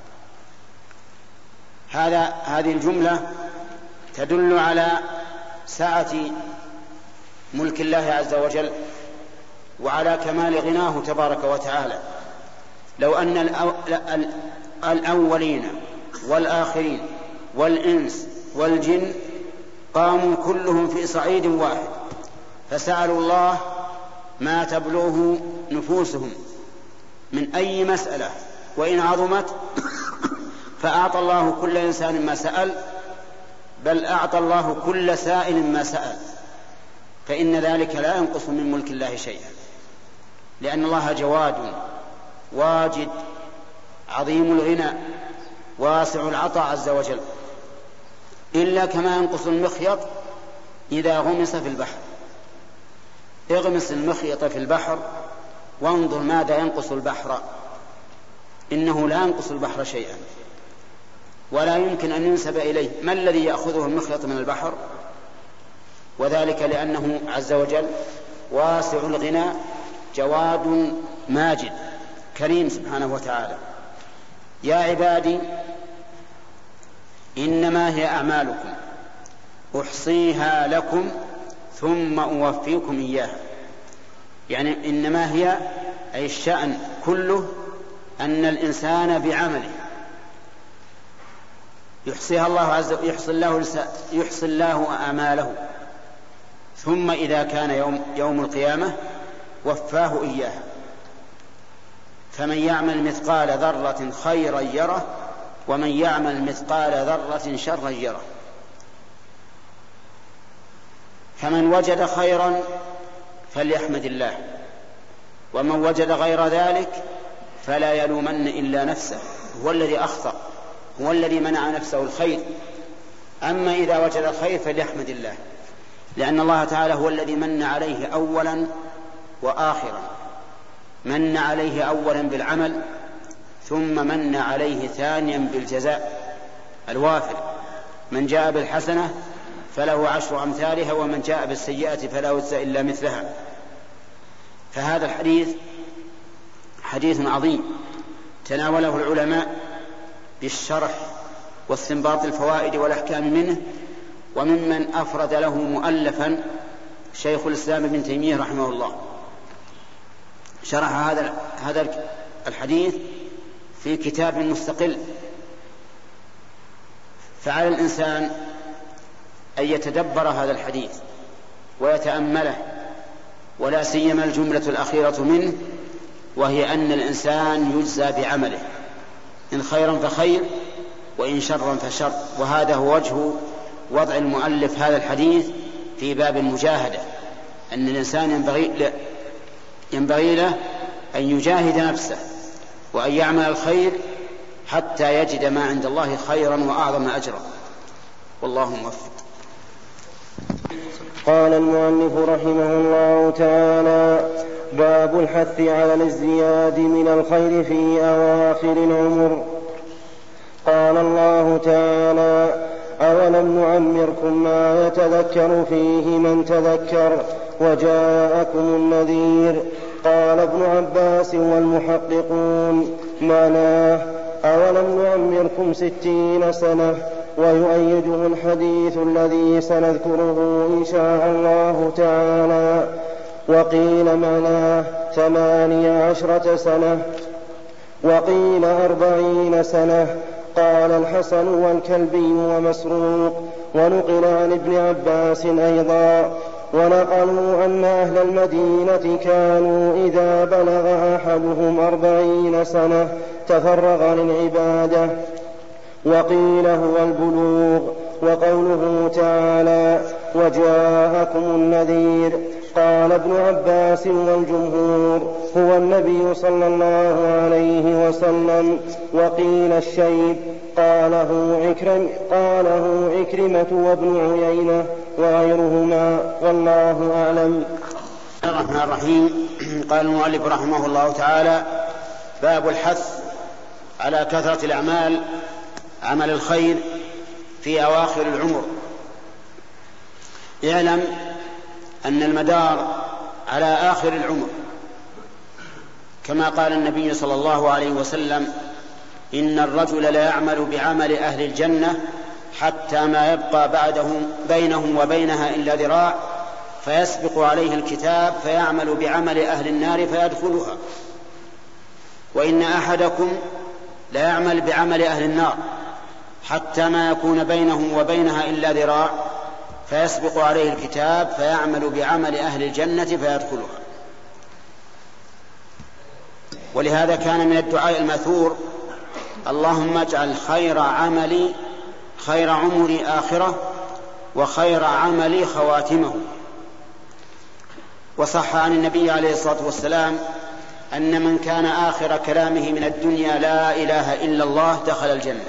هذه الجملة تدل على سعة ملك الله عز وجل وعلى كمال غناه تبارك وتعالى. لو أن الأولين والآخرين والإنس والجن قاموا كلهم في صعيد واحد فسألوا الله ما تبلغه نفوسهم من أي مسألة وإن عظمت، فأعطى الله كل إنسان ما سأل، بل أعطى الله كل سائل ما سأل، فإن ذلك لا ينقص من ملك الله شيئا، لأن الله جواد واجد عظيم الغنى واسع العطاء عز وجل، إلا كما ينقص المخيط إذا غمس في البحر. اغمس المخيط في البحر وانظر ماذا ينقص البحر، إنه لا ينقص البحر شيئا، ولا يمكن أن ينسب إليه. ما الذي يأخذه المخيط من البحر؟ وذلك لأنه عز وجل واسع الغنى جواد ماجد كريم سبحانه وتعالى. يا عبادي إنما هي أعمالكم أحصيها لكم ثم أوفيكم إياها. يعني إنما هي أي الشأن كله أن الإنسان بعمله يحصيها الله عز وجل، يحصي الله أعماله، ثم إذا كان يوم القيامة وفاه إياها. فمن يعمل مثقال ذرة خيرا يره، ومن يعمل مثقال ذرة شرا يره. فمن وجد خيرا فليحمد الله، ومن وجد غير ذلك فلا يلومن إلا نفسه، هو الذي أخطأ، هو الذي منع نفسه الخير. أما إذا وجد الخير فليحمد الله، لأن الله تعالى هو الذي من عليه أولا وآخرا. من عليه أولا بالعمل، ثم من عليه ثانيا بالجزاء الوافر. من جاء بالحسنة فله 10 أمثالها، ومن جاء بالسيئة فلا يجزى إلا مثلها. فهذا الحديث حديث عظيم تناوله العلماء بالشرح واستنباط الفوائد والأحكام منه، وممن أفرد له مؤلفا شيخ الإسلام ابن تيمية رحمه الله، شرح هذا الحديث في كتاب مستقل. فعلى الإنسان أن يتدبر هذا الحديث ويتأمله، ولا سيما الجملة الأخيرة منه، وهي أن الإنسان يجزى بعمله، إن خيرا فخير وإن شرا فشر. وهذا هو وجه وضع المؤلف هذا الحديث في باب المجاهدة، أن الإنسان ينبغي له أن يجاهد نفسه وأن يعمل الخير حتى يجد ما عند الله خيرا وأعظم أجرا، والله موفق. قال المؤلف رحمه الله تعالى: باب الحث على الازدياد من الخير في أواخر العمر. قال الله تعالى: أولم نعمركم ما يتذكر فيه من تذكر وجاءكم النذير. قال ابن عباس والمحققون: معناه أولم نعمركم 60 سنة. ويؤيده الحديث الذي سنذكره إن شاء الله تعالى. وقيل معناه 18 سنة، وقيل 40 سنة. قال الحسن والكلبي ومسروق، ونقل عن ابن عباس أيضا. ونقلوا أن أهل المدينة كانوا إذا بلغ أحدهم 40 سنة تفرغ للعبادة. وقيل هو البلوغ. وقوله تعالى: وجاءكم النذير، قال ابن عباس والجمهور هو النبي صلى الله عليه وسلم. وقيل الشيب، قاله عكرمة وابن عيينة وغيرهما، والله أعلم. الرحمن الرحيم. قال المؤلف رحمه الله تعالى: باب الحث على كثرة الأعمال، عمل الخير في أواخر العمر. اعلم أن المدار على آخر العمر، كما قال النبي صلى الله عليه وسلم: إن الرجل لا يعمل بعمل أهل الجنة حتى ما يبقى بينهم وبينها إلا ذراع، فيسبق عليه الكتاب فيعمل بعمل أهل النار فيدخلها. وإن أحدكم لا يعمل بعمل أهل النار حتى ما يكون بينهم وبينها إلا ذراع، فيسبق عليه الكتاب فيعمل بعمل أهل الجنة فيدخلها. ولهذا كان من الدعاء الماثور: اللهم اجعل خير عملي خير عمري آخرة وخير عملي خواتمه. وصح عن النبي عليه الصلاة والسلام أن من كان آخر كلامه من الدنيا لا إله إلا الله دخل الجنة.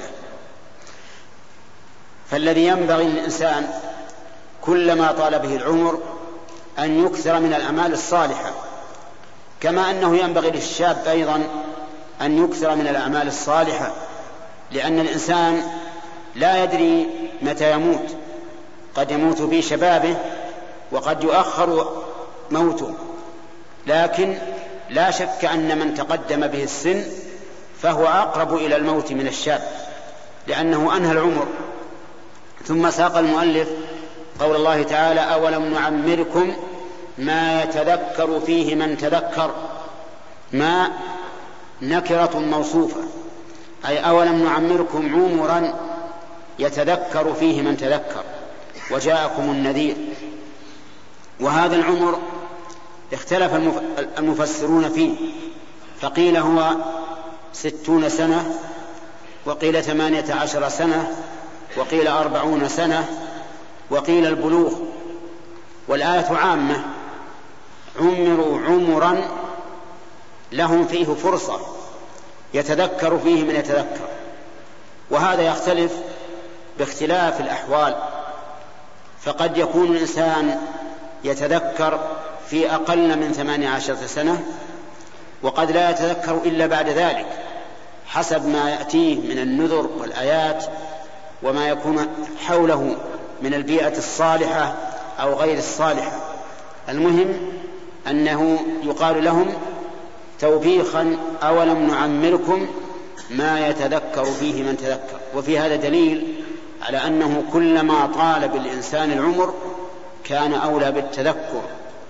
فالذي ينبغي للإنسان كلما طال به العمر أن يكثر من الأعمال الصالحة، كما أنه ينبغي للشاب أيضا أن يكثر من الأعمال الصالحة، لأن الإنسان لا يدري متى يموت، قد يموت في شبابه وقد يؤخر موته، لكن لا شك أن من تقدم به السن فهو أقرب إلى الموت من الشاب، لأنه أنهى العمر. ثم ساق المؤلف قول الله تعالى: أولم نعمركم ما يتذكر فيه من تذكر. ما نكرة موصوفة، أي أولم نعمركم عمرا يتذكر فيه من تذكر وجاءكم النذير. وهذا العمر اختلف المفسرون فيه، فقيل هو 60 سنة، وقيل 18 سنة، وقيل 40 سنة، وقيل البلوغ. والآية عامة: عمروا عمرا لهم فيه فرصة يتذكر فيه من يتذكر. وهذا يختلف باختلاف الأحوال، فقد يكون الإنسان يتذكر في أقل من 18 سنة، وقد لا يتذكر إلا بعد ذلك حسب ما يأتيه من النذر والآيات وما يكون حوله من البيئة الصالحة أو غير الصالحة. المهم أنه يقال لهم توبيخا: أولم نعمركم ما يتذكر فيه من تذكر. وفي هذا دليل على أنه كلما طال بالإنسان العمر كان أولى بالتذكر.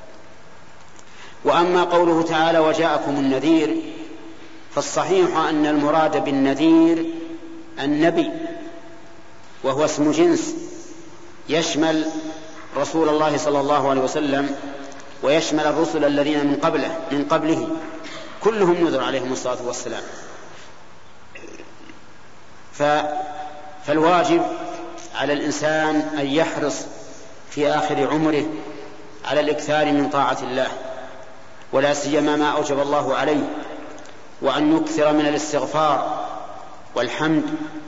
وأما قوله تعالى: وجاءكم النذير، فالصحيح أن المراد بالنذير النبي، وهو اسم جنس يشمل رسول الله صلى الله عليه وسلم ويشمل الرسل الذين من قبله كلهم نذر عليهم الصلاة والسلام. فالواجب على الإنسان أن يحرص في آخر عمره على الإكثار من طاعة الله، ولا سيما ما أوجب الله عليه، وأن يكثر من الاستغفار والحمد،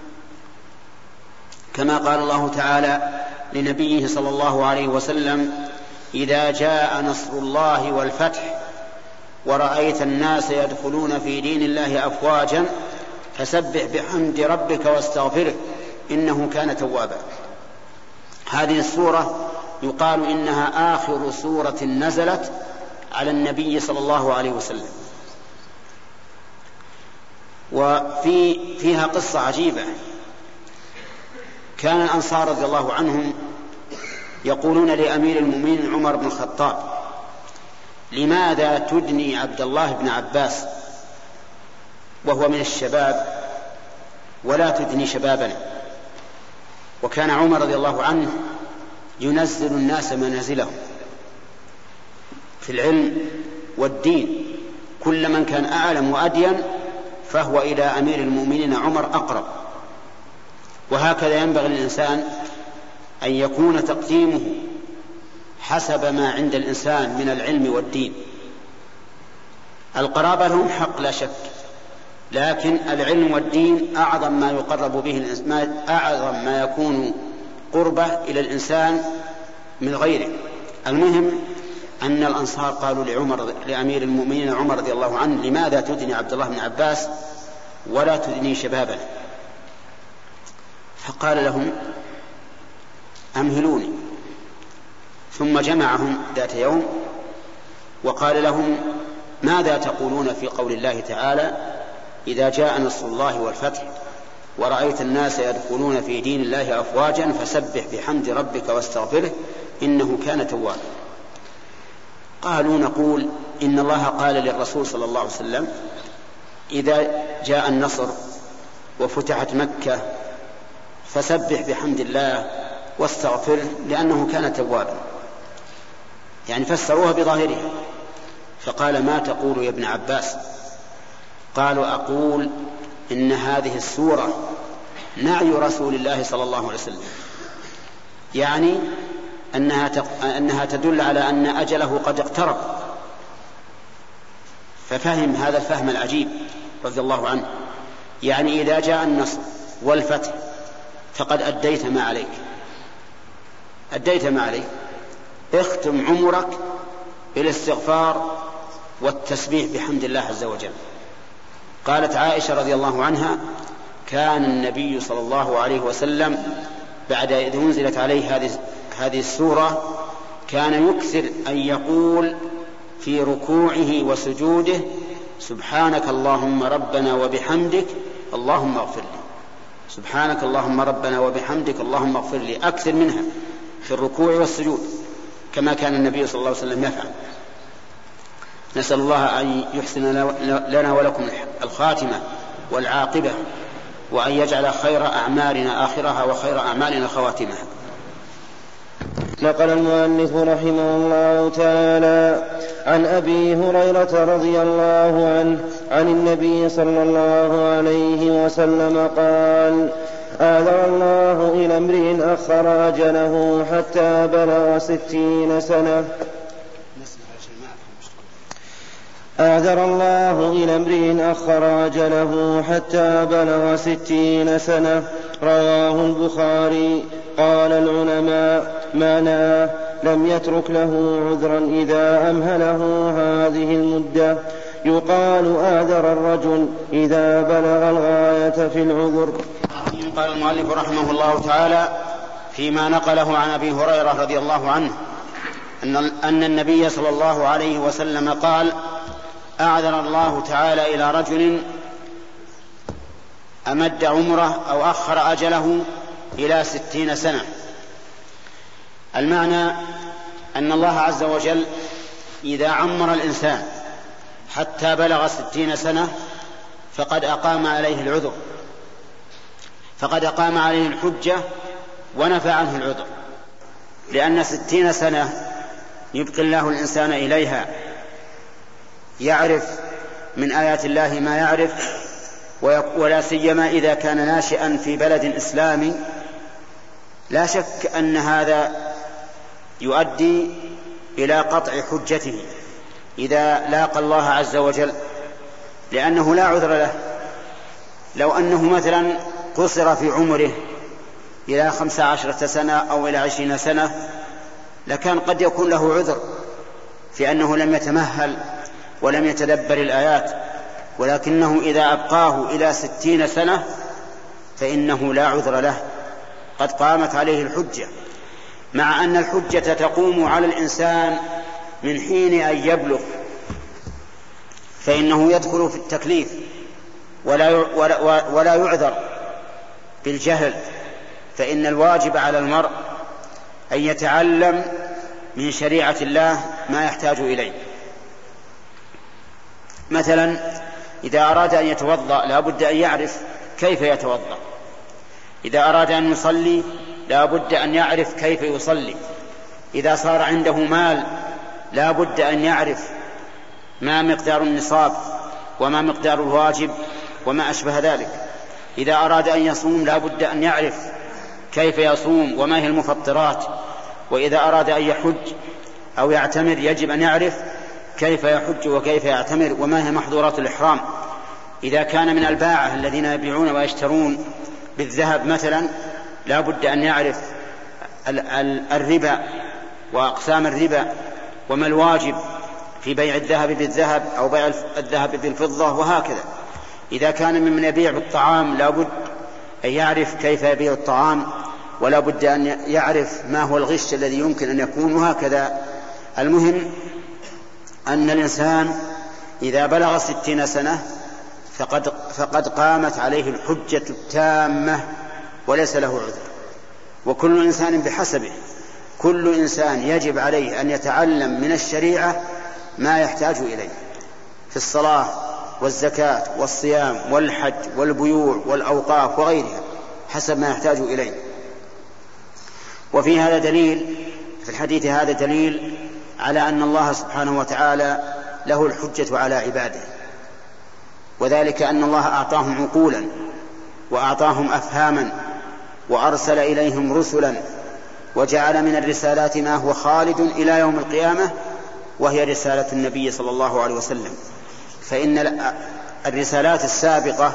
كما قال الله تعالى لنبيه صلى الله عليه وسلم: إذا جاء نصر الله والفتح ورأيت الناس يدخلون في دين الله أفواجا فسبح بحمد ربك واستغفره إنه كان توابا. هذه السورة يقال إنها آخر سورة نزلت على النبي صلى الله عليه وسلم. وفيها قصة عجيبة. كان الأنصار رضي الله عنهم يقولون لأمير المؤمنين عمر بن الخطاب: لماذا تدني عبد الله بن عباس وهو من الشباب ولا تدني شبابنا؟ وكان عمر رضي الله عنه ينزل الناس منازلهم في العلم والدين، كل من كان أعلم وأدين فهو إلى أمير المؤمنين عمر أقرب. وهكذا ينبغي للإنسان أن يكون تقديمه حسب ما عند الإنسان من العلم والدين. القرابة لهم حق لا شك، لكن العلم والدين أعظم ما يقرب به أعظم ما يكون قربة إلى الإنسان من غيره. المهم أن الأنصار قالوا لأمير المؤمنين عمر رضي الله عنه: لماذا تدني عبد الله بن عباس ولا تدني شبابنا؟ فقال لهم: أمهلوني. ثم جمعهم ذات يوم وقال لهم: ماذا تقولون في قول الله تعالى: إذا جاء نصر الله والفتح ورأيت الناس يدخلون في دين الله أفواجا فسبح بحمد ربك واستغفره إنه كان توابا؟ قالوا: نقول إن الله قال للرسول صلى الله عليه وسلم: إذا جاء النصر وفتحت مكة فسبح بحمد الله واستغفره لأنه كان توابا، يعني فسروها بظاهرها. فقال: ما تقول يا ابن عباس؟ قالوا أقول إن هذه السورة نعي رسول الله صلى الله عليه وسلم، يعني أنها تدل على أن أجله قد اقترب. ففهم هذا الفهم العجيب رضي الله عنه، يعني إذا جاء النصر والفتح فقد أديت ما عليك، أديت ما عليك، اختم عمرك بالاستغفار والتسبيح بحمد الله عز وجل. قالت عائشة رضي الله عنها: كان النبي صلى الله عليه وسلم بعد إذ أنزلت عليه هذه السورة كان يكثر أن يقول في ركوعه وسجوده: سبحانك اللهم ربنا وبحمدك اللهم اغفر لي، سبحانك اللهم ربنا وبحمدك اللهم اغفر لي، أكثر منها في الركوع والسجود كما كان النبي صلى الله عليه وسلم يفعل. نسأل الله أن يحسن لنا ولكم الخاتمة والعاقبة، وأن يجعل خير أعمالنا آخرها وخير أعمالنا خواتمها. نقل المؤلف رحمه الله تعالى عن أبي هريرة رضي الله عنه عن النبي صلى الله عليه وسلم قال: آذر الله إلى امرئ أخر أجله حتى بلغ 60 سنة. أعذر الله إلى امرئ أخر أجله حتى بلغ 60 سنة. رواه البخاري. قال العلماء: معناه لم يترك له عذرا إذا أمهله هذه المدة. يقال آذر الرجل إذا بلغ الغاية في العذر. قال المؤلف رحمه الله تعالى فيما نقله عن أبي هريرة رضي الله عنه أن النبي صلى الله عليه وسلم قال: أعذر الله تعالى إلى رجل أمد عمره أو أخر أجله إلى 60 سنة. المعنى أن الله عز وجل إذا عمر الإنسان حتى بلغ 60 سنة فقد أقام عليه العذر، فقد أقام عليه الحجة ونفى عنه العذر، لأن 60 سنة يبقي الله الإنسان إليها يعرف من آيات الله ما يعرف، ولا سيما إذا كان ناشئا في بلد إسلامي. لا شك أن هذا يؤدي إلى قطع حجته إذا لاقى الله عز وجل، لأنه لا عذر له. لو أنه مثلا قصر في عمره إلى 15 سنة أو إلى 20 سنة لكان قد يكون له عذر في أنه لم يتمهل ولم يتدبر الآيات، ولكنه إذا أبقاه إلى 60 سنة فإنه لا عذر له، قد قامت عليه الحجة، مع أن الحجة تقوم على الإنسان من حين أن يبلغ، فإنه يدخل في التكليف ولا يعذر بالجهل، فإن الواجب على المرء أن يتعلم من شريعة الله ما يحتاج إليه. مثلا إذا أراد أن يتوضأ لا بد أن يعرف كيف يتوضأ، إذا أراد أن يصلي لا بد أن يعرف كيف يصلي، إذا صار عنده مال لا بد أن يعرف ما مقدار النصاب وما مقدار الواجب وما أشبه ذلك، إذا أراد أن يصوم لا بد أن يعرف كيف يصوم وما هي المفطرات، وإذا أراد أن يحج أو يعتمر يجب أن يعرف كيف يحج وكيف يعتمر وما هي محظورات الإحرام. إذا كان من الباعة الذين يبيعون ويشترون بالذهب مثلا لا بد أن يعرف الربا وأقسام الربا وما الواجب في بيع الذهب بالذهب أو بيع الذهب بالفضة وهكذا. إذا كان ممن يبيع بالطعام لا بد أن يعرف كيف يبيع الطعام، ولا بد أن يعرف ما هو الغش الذي يمكن أن يكون وهكذا. المهم أن الإنسان إذا بلغ 60 سنة فقد قامت عليه الحجة التامة وليس له عذر. وكل إنسان بحسبه، كل إنسان يجب عليه أن يتعلم من الشريعة ما يحتاج إليه في الصلاة والزكاة والصيام والحج والبيوع والأوقاف وغيرها حسب ما يحتاج إليه. وفي هذا دليل، في الحديث هذا دليل على أن الله سبحانه وتعالى له الحجة على عباده، وذلك أن الله أعطاهم عقولا وأعطاهم أفهاما وأرسل إليهم رسلا وجعل من الرسالات ما هو خالد إلى يوم القيامة، وهي رسالة النبي صلى الله عليه وسلم. فإن الرسالات السابقة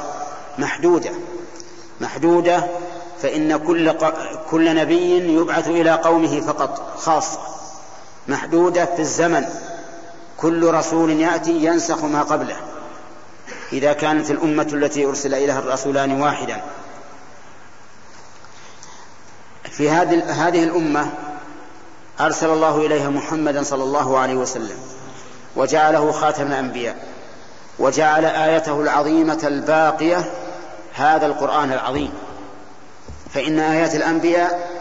محدودة، فإن كل نبي يبعث إلى قومه فقط خاصة، محدودة في الزمن، كل رسول يأتي ينسخ ما قبله إذا كانت الأمة التي أرسل إليها الرسولان واحدا. في هذه الأمة أرسل الله إليها محمدا صلى الله عليه وسلم وجعله خاتم الأنبياء، وجعل آيته العظيمة الباقية هذا القرآن العظيم. فإن آيات الأنبياء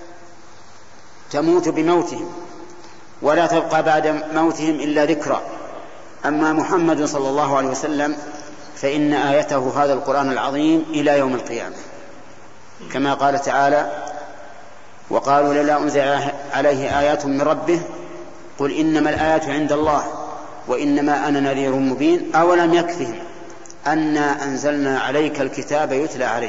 تموت بموتهم ولا تبقى بعد موتهم إلا ذكرى، أما محمد صلى الله عليه وسلم فإن آيته هذا القرآن العظيم إلى يوم القيامة، كما قال تعالى: وقالوا لولا أنزل عليه آيات من ربه قل إنما الآيات عند الله وإنما أنا نذير مبين أولم يكفهم أنا أنزلنا عليك الكتاب يتلى عليهم.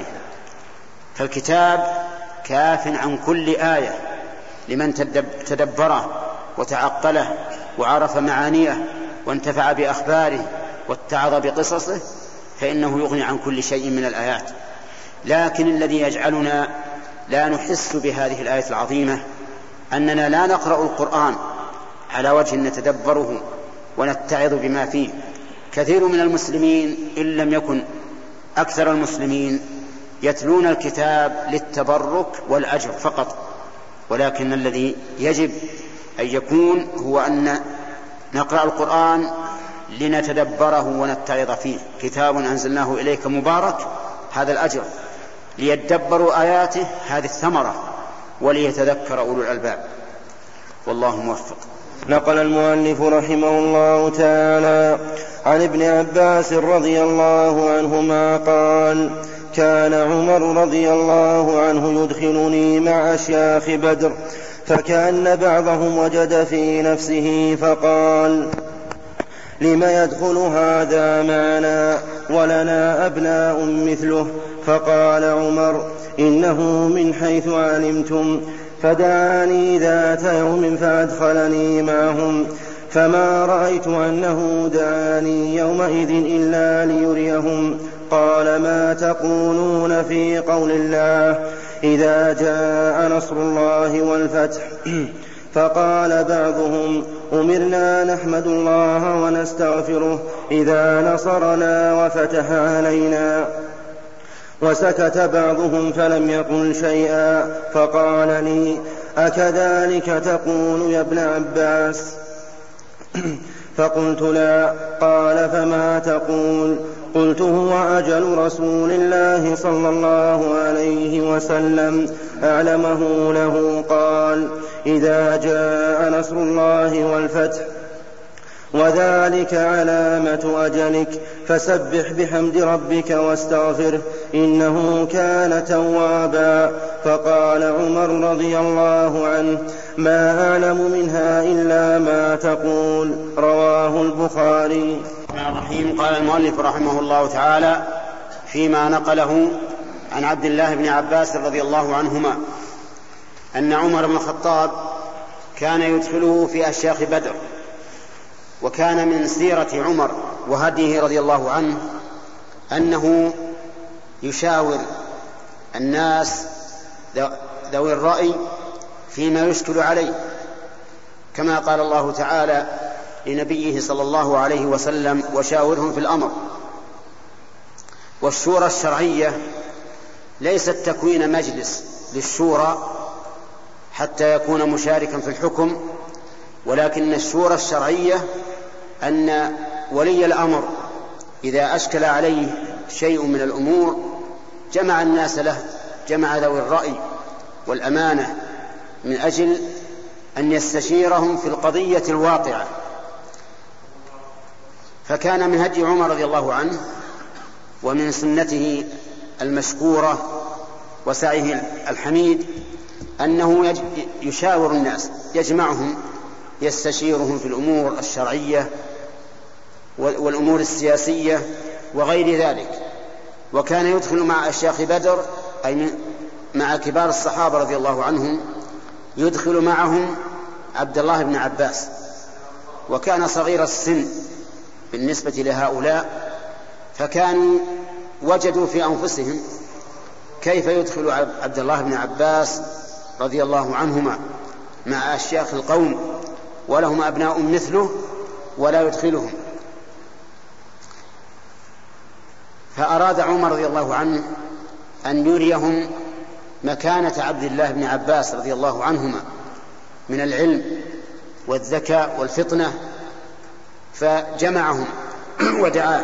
فالكتاب كاف عن كل آية لمن تدبره وتعقله وعرف معانيه وانتفع بأخباره واتعظ بقصصه، فإنه يغني عن كل شيء من الآيات. لكن الذي يجعلنا لا نحس بهذه الآية العظيمة أننا لا نقرأ القرآن على وجه نتدبره ونتعظ بما فيه. كثير من المسلمين إن لم يكن أكثر المسلمين يتلون الكتاب للتبرك والأجر فقط، ولكن الذي يجب أن يكون هو أن نقرأ القرآن لنتدبره ونتعظ فيه. كتاب أنزلناه إليك مبارك، هذا الأجر، ليتدبروا آياته، هذه الثمرة، وليتذكر أولو الألباب. والله موفق. نقل المؤلف رحمه الله تعالى عن ابن عباس رضي الله عنهما قال: كان عمر رضي الله عنه يدخلني مع أشياخ بدر، فكأن بعضهم وجد في نفسه فقال: لم يدخل هذا معنا ولنا أبناء مثله؟ فقال عمر: إنه من حيث علمتم. فدعاني ذات يوم فأدخلني معهم، فما رأيت أنه دعاني يومئذ إلا ليريهم. قال: ما تقولون في قول الله إذا جاء نصر الله والفتح؟ فقال بعضهم: أمرنا نحمد الله ونستغفره إذا نصرنا وفتح علينا. وسكت بعضهم فلم يقل شيئا، فقال لي: أكذلك تقول يا ابن عباس؟ فقلت: لا. قال: فما تقول؟ قلت: هو أجل رسول الله صلى الله عليه وسلم أعلمه له. قال: إذا جاء نصر الله والفتح، وذلك علامة أجلك، فسبح بحمد ربك واستغفره إنه كان توابا. فقال عمر رضي الله عنه: ما أعلم منها إلا ما تقول. رواه البخاري. الرحيم. قال المؤلف رحمه الله تعالى فيما نقله عن عبد الله بن عباس رضي الله عنهما أن عمر بن الخطاب كان يدخله في أشياخ بدر، وكان من سيرة عمر وهديه رضي الله عنه أنه يشاور الناس ذوي الرأي فيما يشكل عليه، كما قال الله تعالى لنبيه صلى الله عليه وسلم: وشاورهم في الأمر. والشورى الشرعية ليست تكوين مجلس للشورى حتى يكون مشاركا في الحكم، ولكن الشورى الشرعية أن ولي الأمر إذا أشكل عليه شيء من الأمور جمع الناس له، جمع ذوي الرأي والأمانة من أجل أن يستشيرهم في القضية الواقعة. فكان من هدي عمر رضي الله عنه ومن سنته المشكورة وسعيه الحميد أنه يشاور الناس، يجمعهم، يستشيرهم في الأمور الشرعية والأمور السياسية وغير ذلك. وكان يدخل مع أشياخ بدر أي مع كبار الصحابة رضي الله عنهم، يدخل معهم عبد الله بن عباس، وكان صغير السن بالنسبة لهؤلاء، فكانوا وجدوا في أنفسهم كيف يدخل عبد الله بن عباس رضي الله عنهما مع أشياخ القوم ولهم أبناء مثله ولا يدخلهم. فأراد عمر رضي الله عنه أن يريهم مكانة عبد الله بن عباس رضي الله عنهما من العلم والذكاء والفطنة، فجمعهم ودعاه،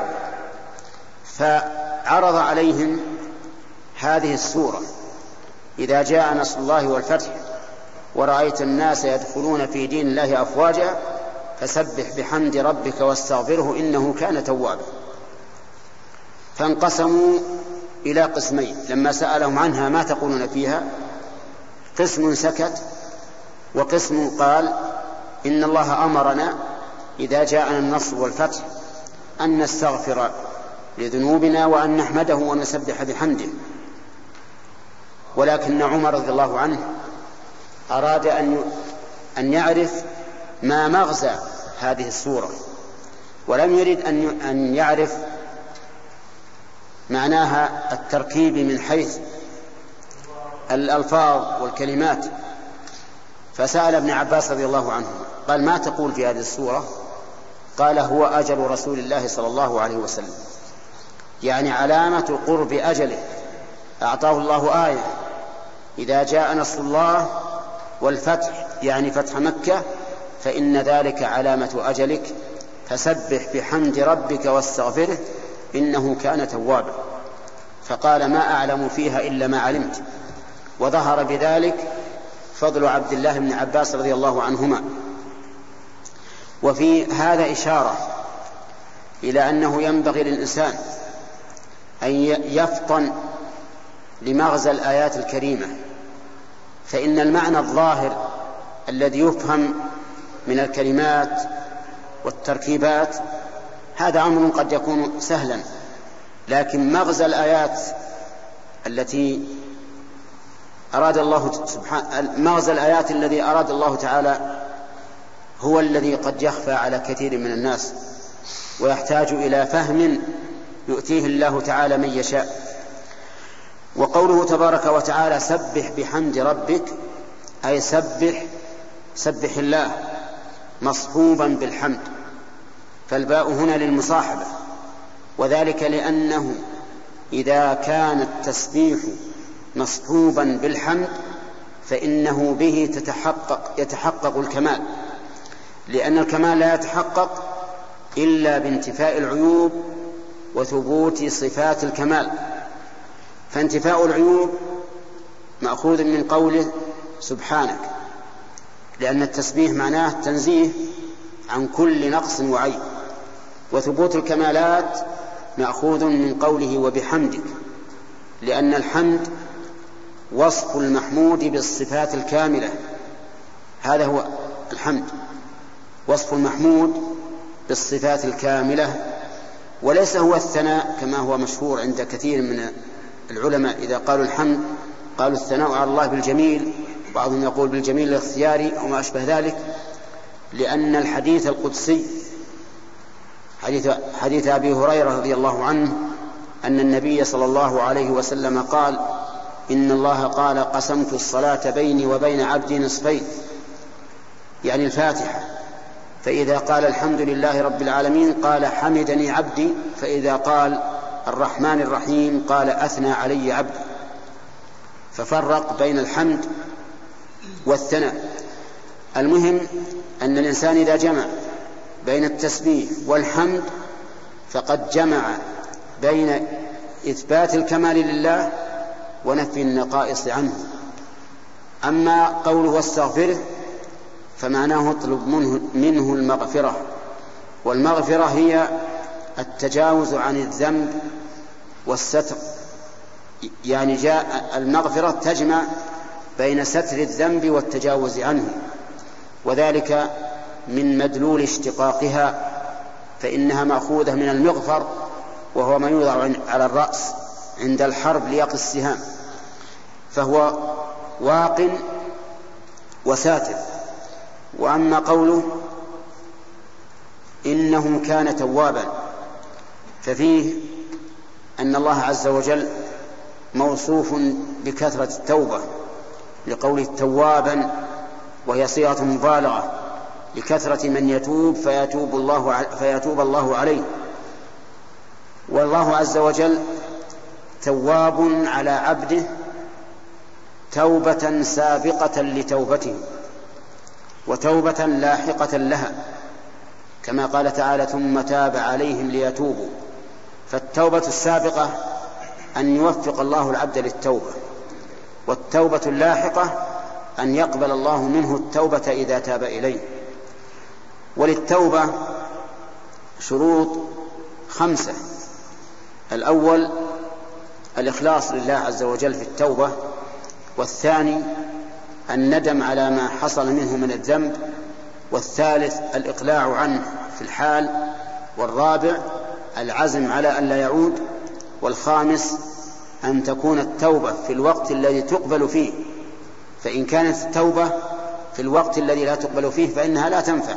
فعرض عليهم هذه السورة: إذا جاء نصر الله والفتح ورأيت الناس يدخلون في دين الله أفواجا فسبح بحمد ربك واستغفره إنه كان توابا. فانقسموا إلى قسمين لما سألهم عنها ما تقولون فيها، قسم سكت وقسم قال إن الله أمرنا إذا جاءنا النصر والفتح أن نستغفر لذنوبنا وأن نحمده ونسبح بحمده. ولكن عمر رضي الله عنه أراد أن يعرف ما مغزى هذه السورة، ولم يرد أن يعرف معناها التركيبي من حيث الألفاظ والكلمات. فسأل ابن عباس رضي الله عنه قال: ما تقول في هذه السورة؟ قال: هو أجل رسول الله صلى الله عليه وسلم، يعني علامة قرب أجله. أعطاه الله آية: إذا جاء نصر الله والفتح، يعني فتح مكة، فإن ذلك علامة أجلك، فسبح بحمد ربك واستغفره إنه كان توابا. فقال: ما أعلم فيها إلا ما علمت. وظهر بذلك فضل عبد الله بن عباس رضي الله عنهما. وفي هذا إشارة إلى أنه ينبغي للإنسان أن يفطن لمغزى الآيات الكريمة، فإن المعنى الظاهر الذي يفهم من الكلمات والتركيبات هذا أمر قد يكون سهلا، لكن مغزى الآيات التي أراد الله سبحانه، مغزى الآيات الذي أراد الله تعالى هو الذي قد يخفى على كثير من الناس، ويحتاج إلى فهم يؤتيه الله تعالى من يشاء. وقوله تبارك وتعالى: سبح بحمد ربك، أي سبح الله مصحوبا بالحمد، فالباء هنا للمصاحبة، وذلك لأنه إذا كان التسبيح مصحوبا بالحمد فإنه به يتحقق الكمال، لأن الكمال لا يتحقق إلا بانتفاء العيوب وثبوت صفات الكمال. فانتفاء العيوب مأخوذ من قوله سبحانك، لأن التسبيح معناه تنزيه عن كل نقص وعيب. وثبوت الكمالات مأخوذ من قوله وبحمدك، لأن الحمد وصف المحمود بالصفات الكاملة، هذا هو الحمد، وصف المحمود بالصفات الكاملة، وليس هو الثناء كما هو مشهور عند كثير من العلماء. إذا قالوا الحمد قالوا الثناء على الله بالجميل، بعضهم يقول بالجميل الاختياري أو ما أشبه ذلك، لأن الحديث القدسي حديث أبي هريرة رضي الله عنه أن النبي صلى الله عليه وسلم قال: إن الله قال قسمت الصلاة بيني وبين عبدي نصفين، يعني الفاتحة، فإذا قال الحمد لله رب العالمين قال حمدني عبدي، فإذا قال الرحمن الرحيم قال أثنى علي عبدي. ففرق بين الحمد والثناء. المهم أن الإنسان إذا جمع بين التسبيح والحمد فقد جمع بين إثبات الكمال لله ونفي النقائص عنه. أما قوله واستغفره فمعناه اطلب منه المغفرة، والمغفرة هي التجاوز عن الذنب والستر، يعني جاء المغفرة تجمع بين ستر الذنب والتجاوز عنه، وذلك من مدلول اشتقاقها، فإنها مأخوذة من المغفر وهو ما يوضع على الرأس عند الحرب ليقي السهام، فهو واق وساتر. وأما قوله إنه كان توابا ففيه أن الله عز وجل موصوف بكثرة التوبة لقوله توابا، وهي صيغة مبالغة لكثرة من يتوب فيتوب الله عليه. والله عز وجل تواب على عبده توبة سابقة لتوبته وتوبة لاحقة لها، كما قال تعالى ثم تاب عليهم ليتوبوا. فالتوبة السابقة أن يوفق الله العبد للتوبة، والتوبة اللاحقة أن يقبل الله منه التوبة إذا تاب إليه. وللتوبة شروط 5: الأول الإخلاص لله عز وجل في التوبة، والثاني الندم على ما حصل منه من الذنب، والثالث الإقلاع عنه في الحال، والرابع العزم على أن لا يعود، والخامس أن تكون التوبة في الوقت الذي تقبل فيه، فإن كانت التوبة في الوقت الذي لا تقبل فيه فإنها لا تنفع.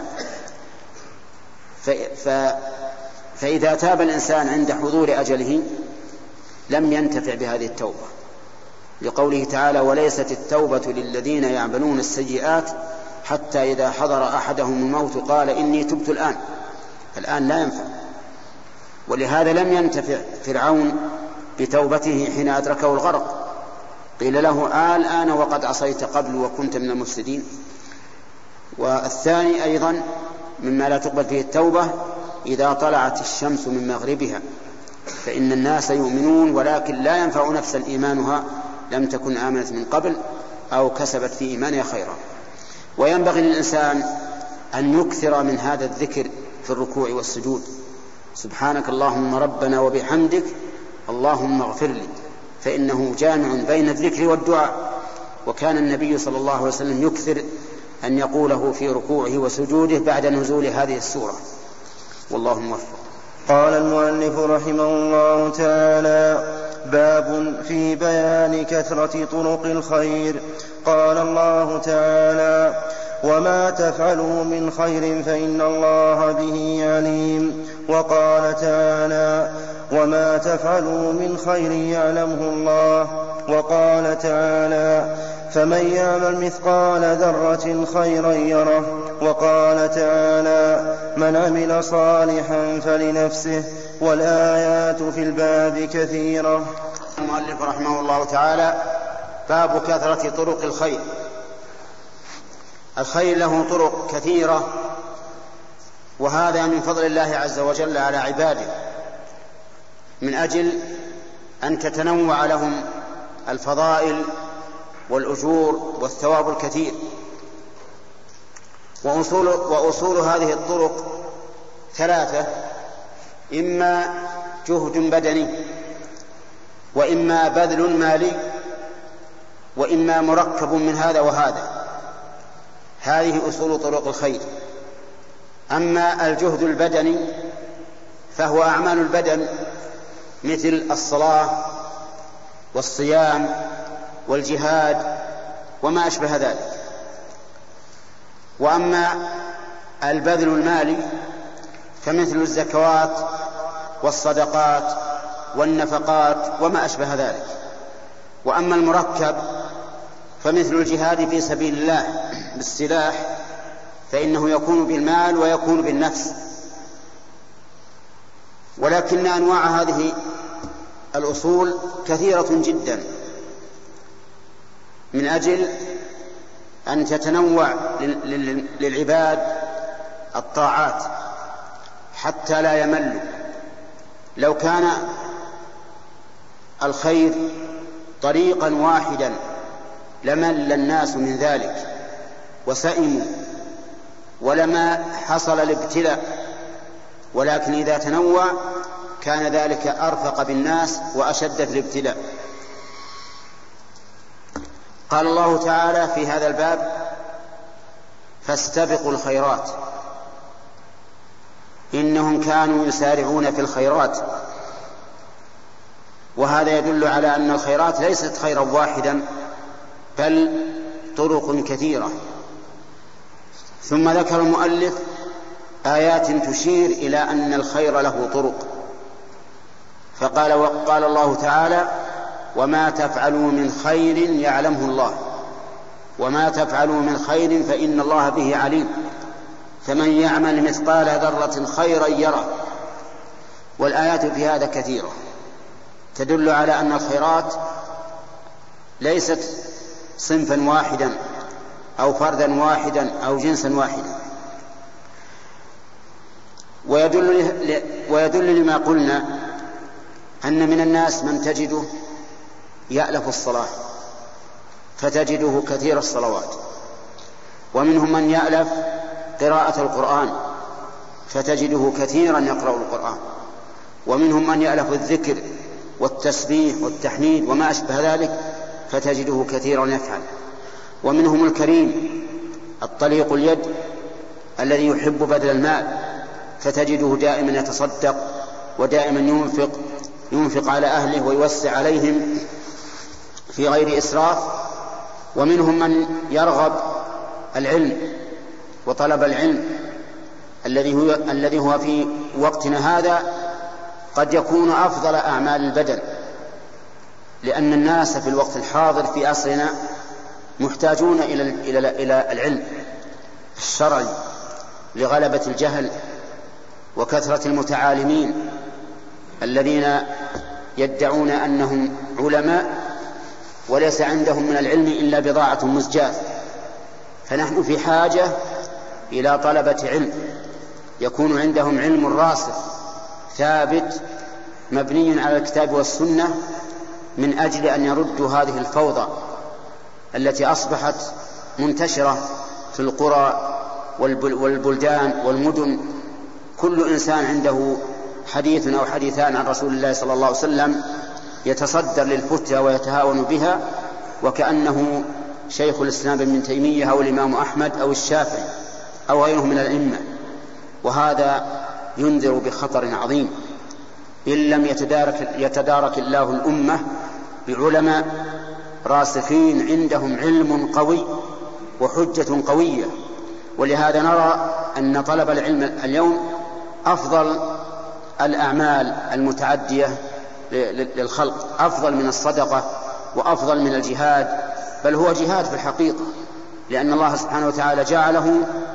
فإذا تاب الإنسان عند حضور أجله لم ينتفع بهذه التوبة، لقوله تعالى وليست التوبة للذين يعملون السيئات حتى إذا حضر أحدهم الموت قال إني تبت الآن لا ينفع. ولهذا لم ينتفع فرعون بتوبته حين أدركه الغرق، قيل له الآن وقد عصيت قبل وكنت من المفسدين. والثاني أيضا مما لا تقبل فيه التوبة إذا طلعت الشمس من مغربها، فإن الناس يؤمنون ولكن لا ينفع نفسا إيمانها لم تكن آمنت من قبل أو كسبت في إيمانها خيرا. وينبغي للإنسان أن يكثر من هذا الذكر في الركوع والسجود: سبحانك اللهم ربنا وبحمدك اللهم اغفر لي، فإنه جامع بين الذكر والدعاء. وكان النبي صلى الله عليه وسلم يكثر أن يقوله في ركوعه وسجوده بعد نزول هذه السورة، والله موفق. قال المؤلف رحمه الله تعالى: باب في بيان كثرة طرق الخير. قال الله تعالى: وما تفعلوا من خير فإن الله به عليم. وقال تعالى: وما تفعلوا من خير يعلمه الله. وقال تعالى: فمن يعمل مثقال ذرة خيرا يره. وقال تعالى: من عمل صالحا فلنفسه. والآيات في الباب كثيرة. المؤلف رحمه الله تعالى: باب كثرة طرق الخير. الخير له طرق كثيرة، وهذا من فضل الله عز وجل على عباده، من أجل أن تتنوع لهم الفضائل والأجور والثواب الكثير. وأصول هذه الطرق 3: إما جهد بدني، وإما بذل مالي، وإما مركب من هذا وهذا. هذه أصول طرق الخير. أما الجهد البدني فهو أعمال البدن مثل الصلاة والصيام والجهاد وما أشبه ذلك. وأما البذل المالي فمثل الزكوات والصدقات والنفقات وما أشبه ذلك. وأما المركب فمثل الجهاد في سبيل الله بالسلاح، فإنه يكون بالمال ويكون بالنفس. ولكن أنواع هذه الأصول كثيرة جدا، من أجل أن تتنوع للعباد الطاعات حتى لا يملوا. لو كان الخير طريقا واحدا لمل الناس من ذلك وسئموا ولما حصل الابتلاء، ولكن إذا تنوع كان ذلك أرفق بالناس وأشد في الابتلاء. قال الله تعالى في هذا الباب: فاستبقوا الخيرات إنهم كانوا يسارعون في الخيرات وهذا يدل على أن الخيرات ليست خيرا واحدا بل طرق كثيرة. ثم ذكر المؤلف آيات تشير إلى أن الخير له طرق، وقال الله تعالى: وما تفعلوا من خير يعلمه الله، وما تفعلوا من خير فإن الله به عليم، فمن يعمل مثقال ذرة خيرا يره. والآيات في هذا كثيرة تدل على أن الخيرات ليست صنفا واحدا أو فردا واحدا أو جنسا واحدا. ويدل لما قلنا أن من الناس من تجده يألف الصلاة فتجده كثير الصلوات، ومنهم من يألف قراءة القرآن فتجده كثيرا يقرأ القرآن، ومنهم من يألف الذكر والتسبيح والتحميد وما أشبه ذلك فتجده كثيرا يفعل، ومنهم الكريم الطليق اليد الذي يحب بذل المال فتجده دائما يتصدق ودائما ينفق على أهله ويوسع عليهم في غير إسراف. ومنهم من يرغب العلم وطلب العلم الذي هو في وقتنا هذا قد يكون أفضل أعمال البدن، لأن الناس في الوقت الحاضر في عصرنا محتاجون إلى العلم الشرعي لغلبة الجهل وكثرة المتعالمين الذين يدعون أنهم علماء وليس عندهم من العلم إلا بضاعة مزجاة. فنحن في حاجة إلى طلبة علم يكون عندهم علم راسخ ثابت مبني على الكتاب والسنة، من أجل أن يردوا هذه الفوضى التي أصبحت منتشرة في القرى والبلدان والمدن. كل إنسان عنده حديث أو حديثان عن رسول الله صلى الله عليه وسلم يتصدر للفتيا ويتهاون بها وكأنه شيخ الإسلام ابن تيمية أو الإمام أحمد أو الشافعي أو غيره من الأئمة، وهذا ينذر بخطر عظيم إن لم يتدارك الله الأمة بعلماء راسخين عندهم علم قوي وحجة قوية. ولهذا نرى أن طلب العلم اليوم أفضل الأعمال المتعدية للخلق، أفضل من الصدقة وأفضل من الجهاد، بل هو جهاد في الحقيقة، لأن الله سبحانه وتعالى جعله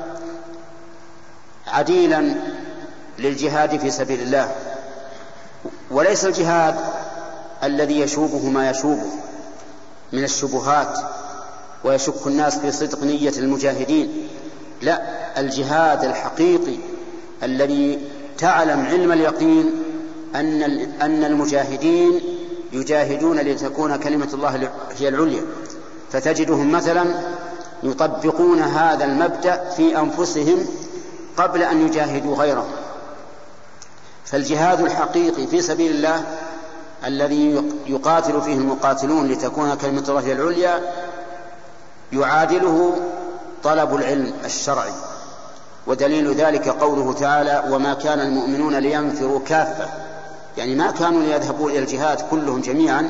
عديلا للجهاد في سبيل الله، وليس الجهاد الذي يشوبه ما يشوبه من الشبهات ويشك الناس في صدق نية المجاهدين، لا، الجهاد الحقيقي الذي تعلم علم اليقين أن المجاهدين يجاهدون لتكون كلمة الله هي العليا، فتجدهم مثلا يطبقون هذا المبدأ في أنفسهم قبل أن يجاهدوا غيرهم. فالجهاد الحقيقي في سبيل الله الذي يقاتل فيه المقاتلون لتكون كلمة الله هي العليا يعادله طلب العلم الشرعي. ودليل ذلك قوله تعالى: وما كان المؤمنون لينفروا كافة، يعني ما كانوا ليذهبوا إلى الجهاد كلهم جميعا،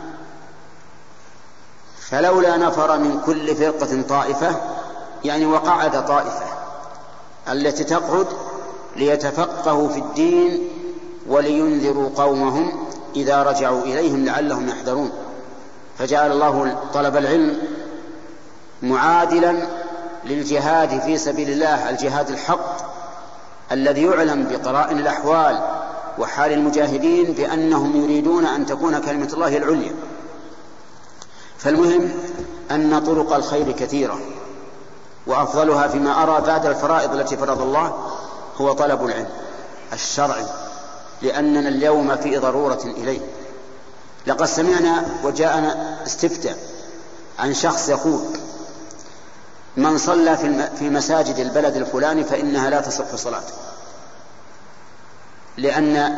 فلولا نفر من كل فرقة طائفة، يعني وقعد طائفة التي تقعد ليتفقهوا في الدين ولينذروا قومهم إذا رجعوا إليهم لعلهم يحذرون. فجعل الله طلب العلم معادلا للجهاد في سبيل الله، الجهاد الحق الذي يعلم بقرائن الأحوال وحال المجاهدين بأنهم يريدون أن تكون كلمة الله العليا. فالمهم أن طرق الخير كثيرة، وأفضلها فيما أرى بعد الفرائض التي فرض الله هو طلب العلم الشرعي، لأننا اليوم في ضرورة إليه. لقد سمعنا وجاءنا استفتاء عن شخص يقول: من صلى في مساجد البلد الفلاني فإنها لا تصح صلاته، لأن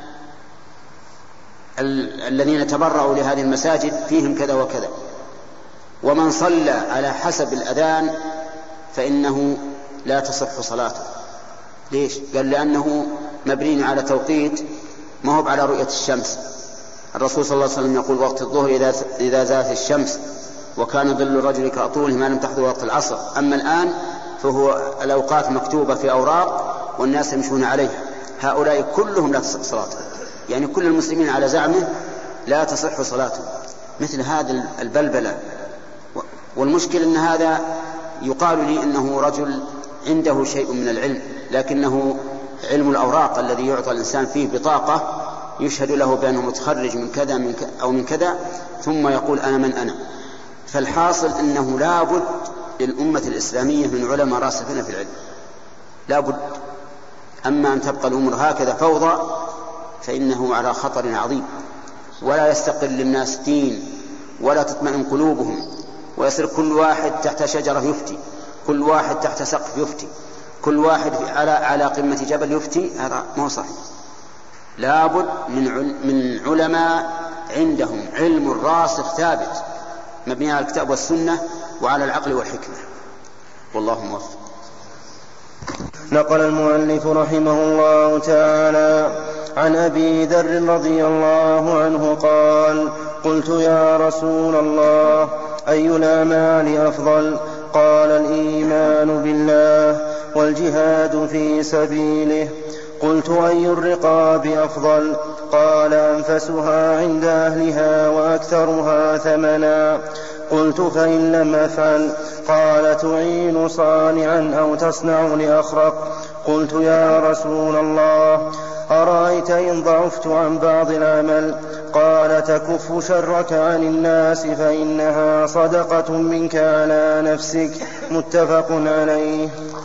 الذين تبرعوا لهذه المساجد فيهم كذا وكذا، ومن صلى على حسب الأذان فإنه لا تصح صلاته. ليش؟ قال: لأنه مبني على توقيت ما هو على رؤية الشمس، الرسول صلى الله عليه وسلم يقول وقت الظهر إذا زالت الشمس وكان ظل الرجل كأطوله ما لم تحضر وقت العصر. أما الآن فهو الأوقات مكتوبة في أوراق والناس يمشون عليها، هؤلاء كلهم لا تصح صلاتهم، يعني كل المسلمين على زعمه لا تصح صلاتهم. مثل هذا البلبلة. والمشكل أن هذا يقال لي إنه رجل عنده شيء من العلم، لكنه علم الأوراق الذي يعطى الإنسان فيه بطاقة يشهد له بأنه متخرج من كذا أو من كذا، ثم يقول أنا من أنا. فالحاصل أنه لا بد للأمة الإسلامية من علماء راسخين في العلم، لا بد. أما أن تبقى الأمور هكذا فوضى فإنه على خطر عظيم، ولا يستقل للناس دين ولا تطمئن قلوبهم، ويصير كل واحد تحت شجرة يفتي، كل واحد تحت سقف يفتي، كل واحد على قمة جبل يفتي. هذا ما هو صحيح. لا بد من علماء عندهم علم راسخ ثابت مبني على الكتاب والسنة وعلى العقل والحكمة، والله موفق. نقل المؤلف رحمه الله تعالى عن أبي ذر رضي الله عنه قال قلت يا رسول الله أي الأعمال أفضل؟ قال الإيمان بالله والجهاد في سبيله. قلت أي الرقاب أفضل؟ قال أنفسها عند أهلها وأكثرها ثمنا. قلت فإن لم أفعل؟ قال تعين صانعا أو تصنع لأخرق. قلت يا رسول الله أرأيت إن ضعفت عن بعض العمل؟ قال تكف شرك عن الناس فإنها صدقة منك على نفسك. متفق عليه.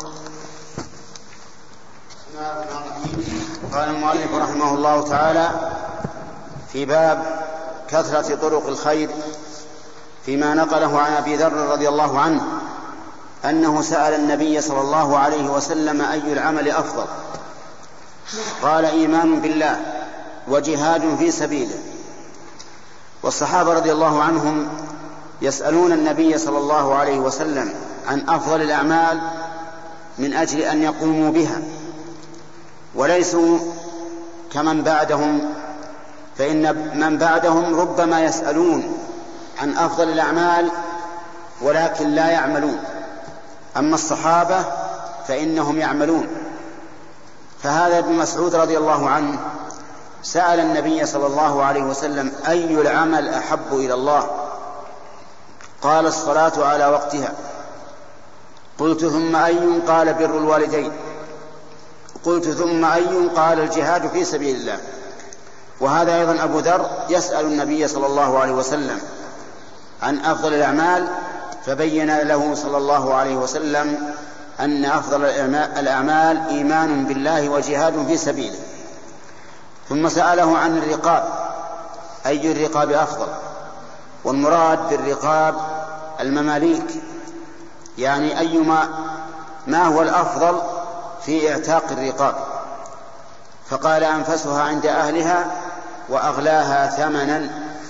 قال المؤلف رحمه الله تعالى في باب كثرة طرق الخير فيما نقله عن أبي ذر رضي الله عنه أنه سأل النبي صلى الله عليه وسلم أي العمل أفضل؟ قال إيمان بالله وجهاد في سبيله. والصحابة رضي الله عنهم يسألون النبي صلى الله عليه وسلم عن أفضل الأعمال من أجل أن يقوموا بها، وليسوا كمن بعدهم، فإن من بعدهم ربما يسألون عن أفضل الأعمال ولكن لا يعملون، أما الصحابة فإنهم يعملون. فهذا ابن مسعود رضي الله عنه سأل النبي صلى الله عليه وسلم أي العمل أحب إلى الله؟ قال الصلاة على وقتها. قلت ثم أي؟ قال بر الوالدين. قلت ثم أي؟ قال الجهاد في سبيل الله. وهذا أيضا أبو ذر يسأل النبي صلى الله عليه وسلم عن أفضل الأعمال، فبين له صلى الله عليه وسلم أن أفضل الأعمال إيمان بالله وجهاد في سبيله. ثم سأله عن الرقاب أي الرقاب أفضل؟ والمراد بالرقاب المماليك، يعني أيما ما هو الأفضل في اعتاق الرقاب؟ فقال أنفسها عند أهلها وأغلاها ثمنا،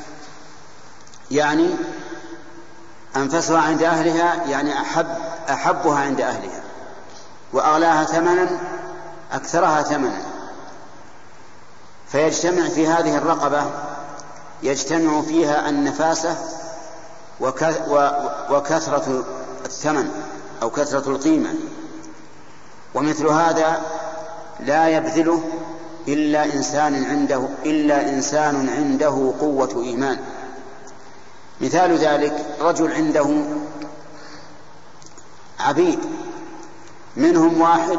يعني أنفسها عند أهلها يعني أحبها عند أهلها، وأغلاها ثمنا أكثرها ثمنا. فيجتمع في هذه الرقبة يجتمع فيها النفاسة وكثرة الثمن أو كثرة القيمة، ومثل هذا لا يبذله إلا إنسان عنده قوة إيمان. مثال ذلك رجل عنده عبيد، منهم واحد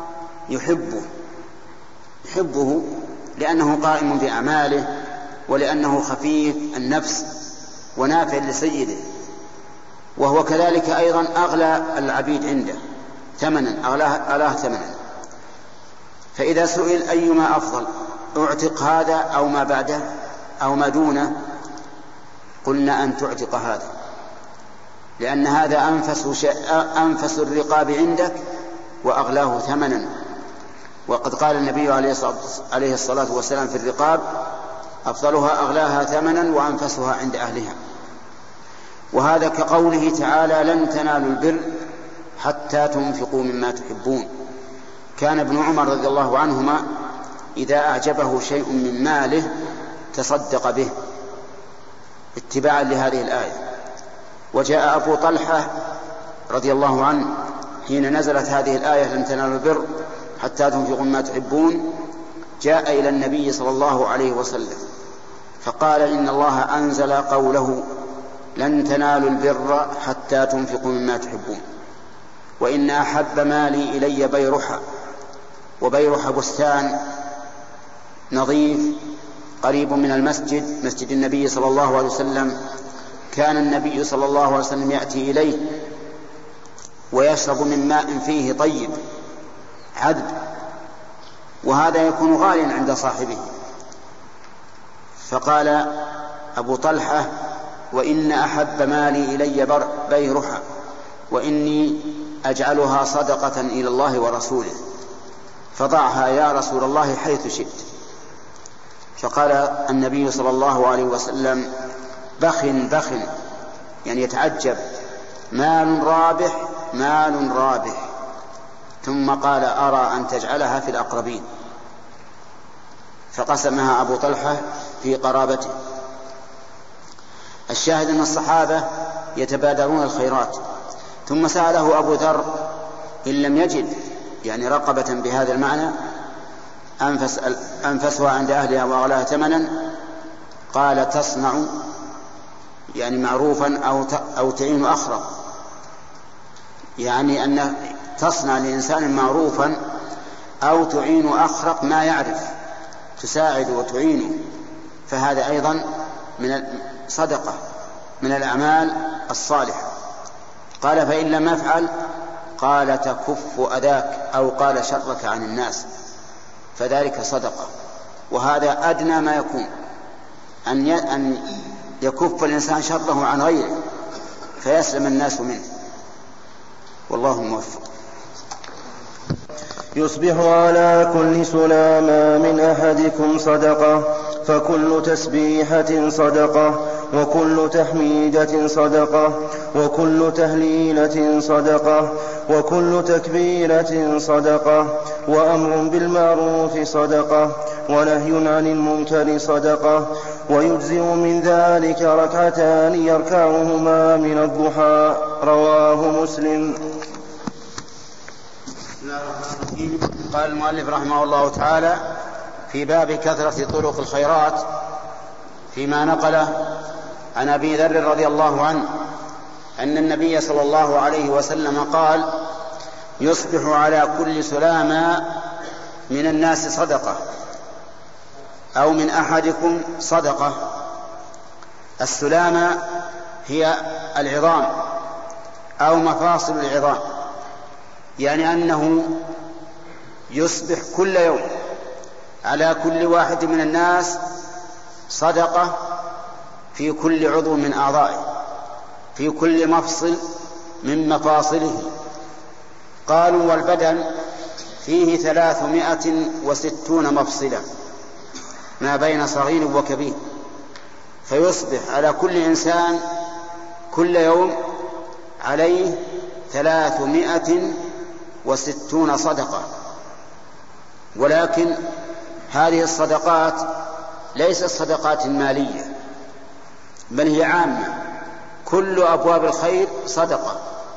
يحبه لأنه قائم بأعماله ولأنه خفيف النفس ونافع لسيده، وهو كذلك أيضا أغلى العبيد عنده ثمنا، أغلاه ثمنا. فإذا سئل أيما أفضل، أعتق هذا أو ما بعده أو ما دونه؟ قلنا أن تعتق هذا، لأن هذا أنفس الرقاب عندك وأغلاه ثمنا. وقد قال النبي عليه الصلاة والسلام في الرقاب أفضلها أغلاها ثمنا وأنفسها عند أهلها. وهذا كقوله تعالى لن تنالوا البر حتى تنفقوا مما تحبون. كان ابن عمر رضي الله عنهما إذا أعجبه شيء من ماله تصدق به اتباعا لهذه الآية. وجاء أبو طلحة رضي الله عنه حين نزلت هذه الآية لن تنالوا البر حتى تنفقوا مما تحبون، جاء إلى النبي صلى الله عليه وسلم فقال إن الله أنزل قوله لن تنالوا البر حتى تنفقوا مما تحبون، وإن أحب مالي إلي بيرحة، وبيرحة بستان نظيف قريب من المسجد، مسجد النبي صلى الله عليه وسلم. كان النبي صلى الله عليه وسلم يأتي إليه ويشرب من ماء فيه طيب عذب، وهذا يكون غاليا عند صاحبه. فقال أبو طلحة وإن أحب مالي إلي بيرحة، وإني أجعلها صدقة إلى الله ورسوله، فضعها يا رسول الله حيث شئت. فقال النبي صلى الله عليه وسلم بخ بخ، يعني يتعجب، مال رابح مال رابح. ثم قال أرى أن تجعلها في الأقربين، فقسمها أبو طلحة في قرابته. الشاهد أن الصحابة يتبادرون الخيرات. ثم سأله أبو ذر إن لم يجد يعني رقبة بهذا المعنى أنفسها عند أهلها وأغلاها ثمنا، قال تصنع يعني معروفا أو تعين أخرى، يعني أن تصنع لإنسان معروفا أو تعين أخرق ما يعرف، تساعد وتعينه، فهذا أيضا من صدقة من الأعمال الصالحة. قال فإن لم أفعل قال تكف أذاك أو قال شرك عن الناس، فذلك صدقة. وهذا أدنى ما يكون أن يكف الإنسان شره عن غيره فيسلم الناس منه، والله موفق. يصبح على كل سلامة من أحدكم صدقة، فكل تسبيحة صدقة، وكل تحميدة صدقة، وكل تهليلة صدقة، وكل تكبيرة صدقة، وأمر بالمعروف صدقة، ونهي عن المنكر صدقة، ويجزئ من ذلك ركعتان يركعهما من الضحى. رواه مسلم. قال المؤلف رحمه الله تعالى في باب كثرة طرق الخيرات فيما نقله عن أبي ذر رضي الله عنه أن النبي صلى الله عليه وسلم قال يصبح على كل سلامة من الناس صدقة أو من أحدكم صدقة. السلامة هي العظام أو مفاصل العظام، يعني أنه يصبح كل يوم على كل واحد من الناس صدقة في كل عضو من أعضائه، في كل مفصل من مفاصله. قالوا والبدن فيه 360 مفصلا ما بين صغير وكبير، فيصبح على كل إنسان كل يوم عليه 360 صدقة. ولكن هذه الصدقات ليست صدقات مالية، بل هي عامة، كل أبواب الخير صدقة،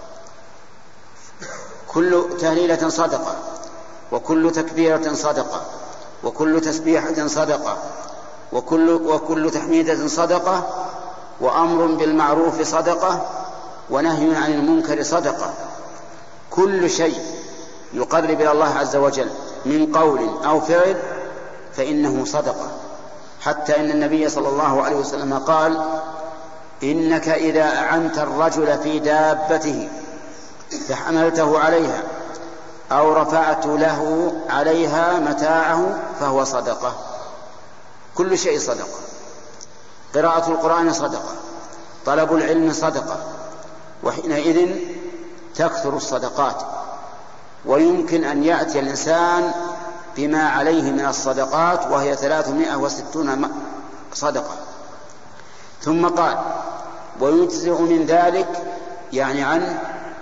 كل تهليلة صدقة، وكل تكبيرة صدقة، وكل تسبيحة صدقة، وكل تحميدة صدقة، وأمر بالمعروف صدقة، ونهي عن المنكر صدقة. كل شيء يقرب إلى الله عز وجل من قول أو فعل فإنه صدقة. حتى إن النبي صلى الله عليه وسلم قال إنك إذا أعنت الرجل في دابته فحملته عليها أو رفعت له عليها متاعه فهو صدقة. كل شيء صدقة. قراءة القرآن صدقة، طلب العلم صدقة، وحينئذ تكثر الصدقات، ويمكن أن يأتي الإنسان بما عليه من الصدقات وهي 360 صدقة. ثم قال ويجزئ من ذلك يعني عن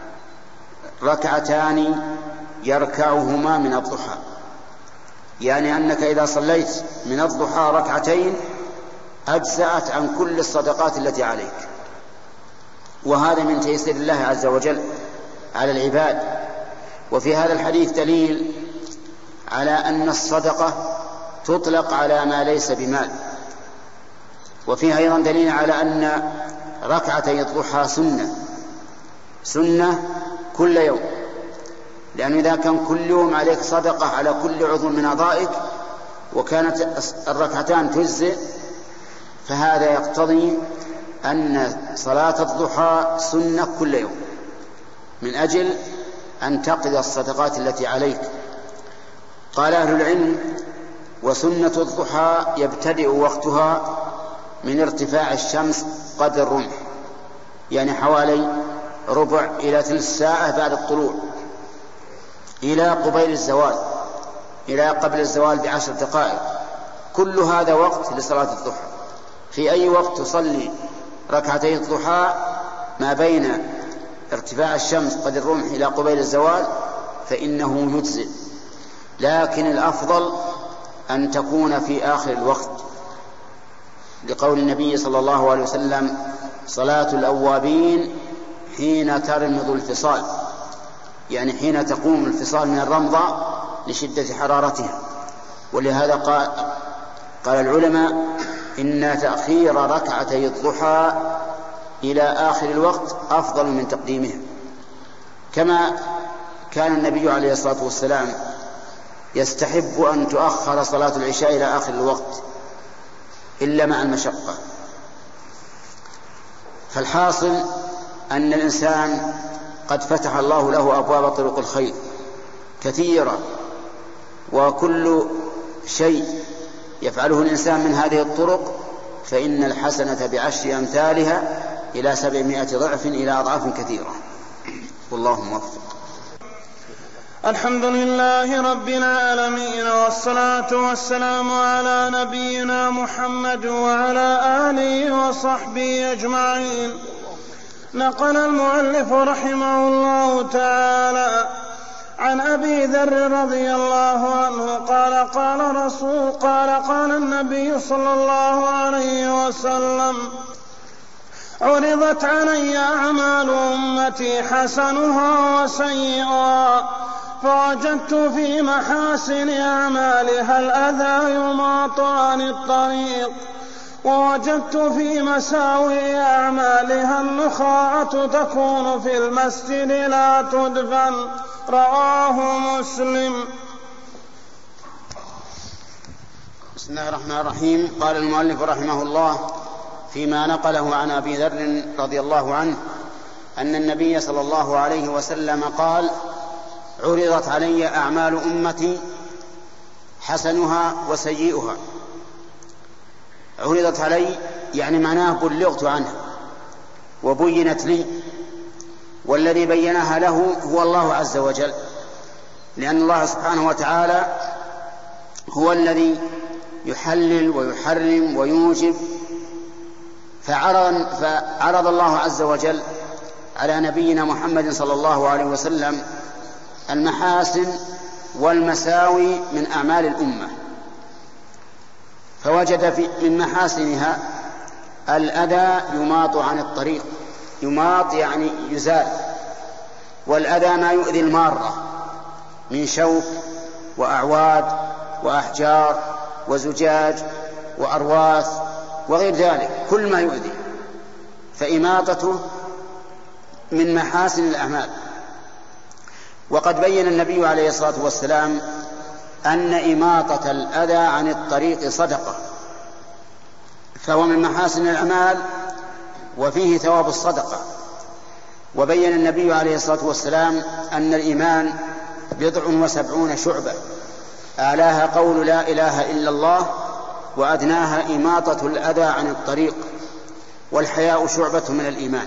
ركعتان يركعهما من الضحى، يعني أنك إذا صليت من الضحى ركعتين أجزأت عن كل الصدقات التي عليك. وهذا من تيسير الله عز وجل على العباد. وفي هذا الحديث دليل على أن الصدقة تطلق على ما ليس بمال. وفيها أيضا دليل على أن ركعتي الضحى سنة كل يوم، لأنه إذا كان كل يوم عليك صدقة على كل عضو من أعضائك وكانت الركعتان تجزئ، فهذا يقتضي أن صلاة الضحى سنة كل يوم من أجل أن تقضي الصدقات التي عليك. قال أهل العلم: وسنة الضحى يبتدئ وقتها من ارتفاع الشمس قدر الرمح، يعني حوالي ربع إلى ثلث ساعة بعد الطلوع، إلى قبيل الزوال، إلى قبل الزوال ب10 دقائق. كل هذا وقت لصلاة الضحى. في أي وقت تصلي ركعتي الضحى ما بين ارتفاع الشمس قدر الرمح إلى قبيل الزوال فإنه يجزئ، لكن الأفضل أن تكون في آخر الوقت، لقول النبي صلى الله عليه وسلم: صلاة الأوابين حين ترمض الفصال، يعني حين تقوم الفصال من الرمضة لشدة حرارتها. ولهذا قال العلماء: إن تأخير ركعتي الضحى إلى آخر الوقت أفضل من تقديمها، كما كان النبي عليه الصلاة والسلام يستحب أن تؤخر صلاة العشاء إلى آخر الوقت إلا مع المشقة. فالحاصل أن الإنسان قد فتح الله له أبواب طرق الخير كثيرة، وكل شيء يفعله الإنسان من هذه الطرق فإن الحسنة ب10 أمثالها إلى 700 ضعف إلى أضعاف كثيرة. والله موفق. الحمد لله رب العالمين، والصلاة والسلام على نبينا محمد وعلى آله وصحبه أجمعين. نقل المؤلف رحمه الله تعالى عن أبي ذر رضي الله عنه قال النبي صلى الله عليه وسلم: عرضت علي أعمال أمتي حسنها وسيئها، فوجدت في محاسن أعمالها الأذى يماط عن الطريق، ووجدت في مساوئ أعمالها النخاعة تكون في المسجد لا تدفن. رواه مسلم. بسم الله الرحمن الرحيم. قال المؤلف رحمه الله فيما نقله عن أبي ذر رضي الله عنه أن النبي صلى الله عليه وسلم قال: عرضت علي أعمال أمتي حسنها وسيئها. عرضت علي يعني معناه بلغت عنها وبينت لي، والذي بينها له هو الله عز وجل، لأن الله سبحانه وتعالى هو الذي يحلل ويحرم ويوجب. فعرض الله عز وجل على نبينا محمد صلى الله عليه وسلم المحاسن والمساوي من أعمال الأمة، فوجد من محاسنها الأذى يماط عن الطريق. يماط يعني يزال، والأذى ما يؤذي المارة من شوك وأعواد وأحجار وزجاج وأرواث وغير ذلك، كل ما يؤذي فإماطته من محاسن الأعمال. وقد بين النبي عليه الصلاة والسلام أن إماطة الأذى عن الطريق صدقة، فهو من محاسن الأعمال وفيه ثواب الصدقة. وبين النبي عليه الصلاة والسلام أن الإيمان 70 شعبة، أعلاها قول لا إله إلا الله، وأدناها إماطة الأذى عن الطريق، والحياء شعبة من الإيمان.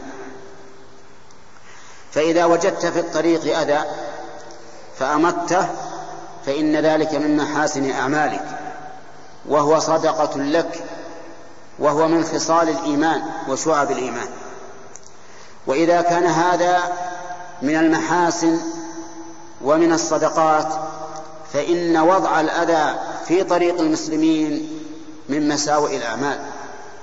فإذا وجدت في الطريق أذى فأمته فإن ذلك من محاسن أعمالك، وهو صدقة لك، وهو من خصال الإيمان وشعب الإيمان. وإذا كان هذا من المحاسن ومن الصدقات فإن وضع الأذى في طريق المسلمين من مساوئ الأعمال،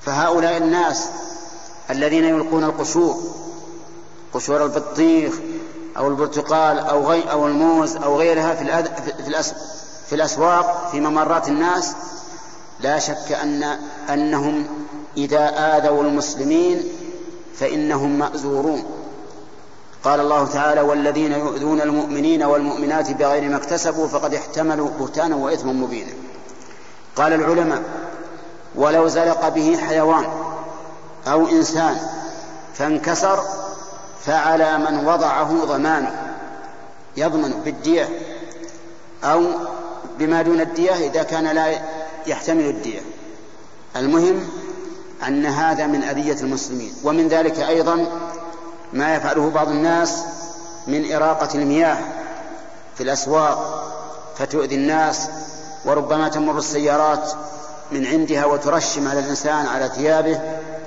فهؤلاء الناس الذين يلقون قشور البطيخ أو البرتقال أو الموز أو غيرها في الأسواق في ممرات الناس، لا شك أنهم إذا آذوا المسلمين فإنهم مأزورون. قال الله تعالى: والذين يؤذون المؤمنين والمؤمنات بغير ما اكتسبوا فقد احتملوا بهتانا وإثما مبينا. قال العلماء: ولو زلق به حيوان أو إنسان فانكسر فعلى من وضعه ضمانه، يضمن بالدية أو بما دون الدية إذا كان لا يحتمل الدية. المهم أن هذا من أذية المسلمين. ومن ذلك أيضا ما يفعله بعض الناس من إراقة المياه في الأسواق فتؤذي الناس، وربما تمر السيارات من عندها وترشم على الإنسان على ثيابه،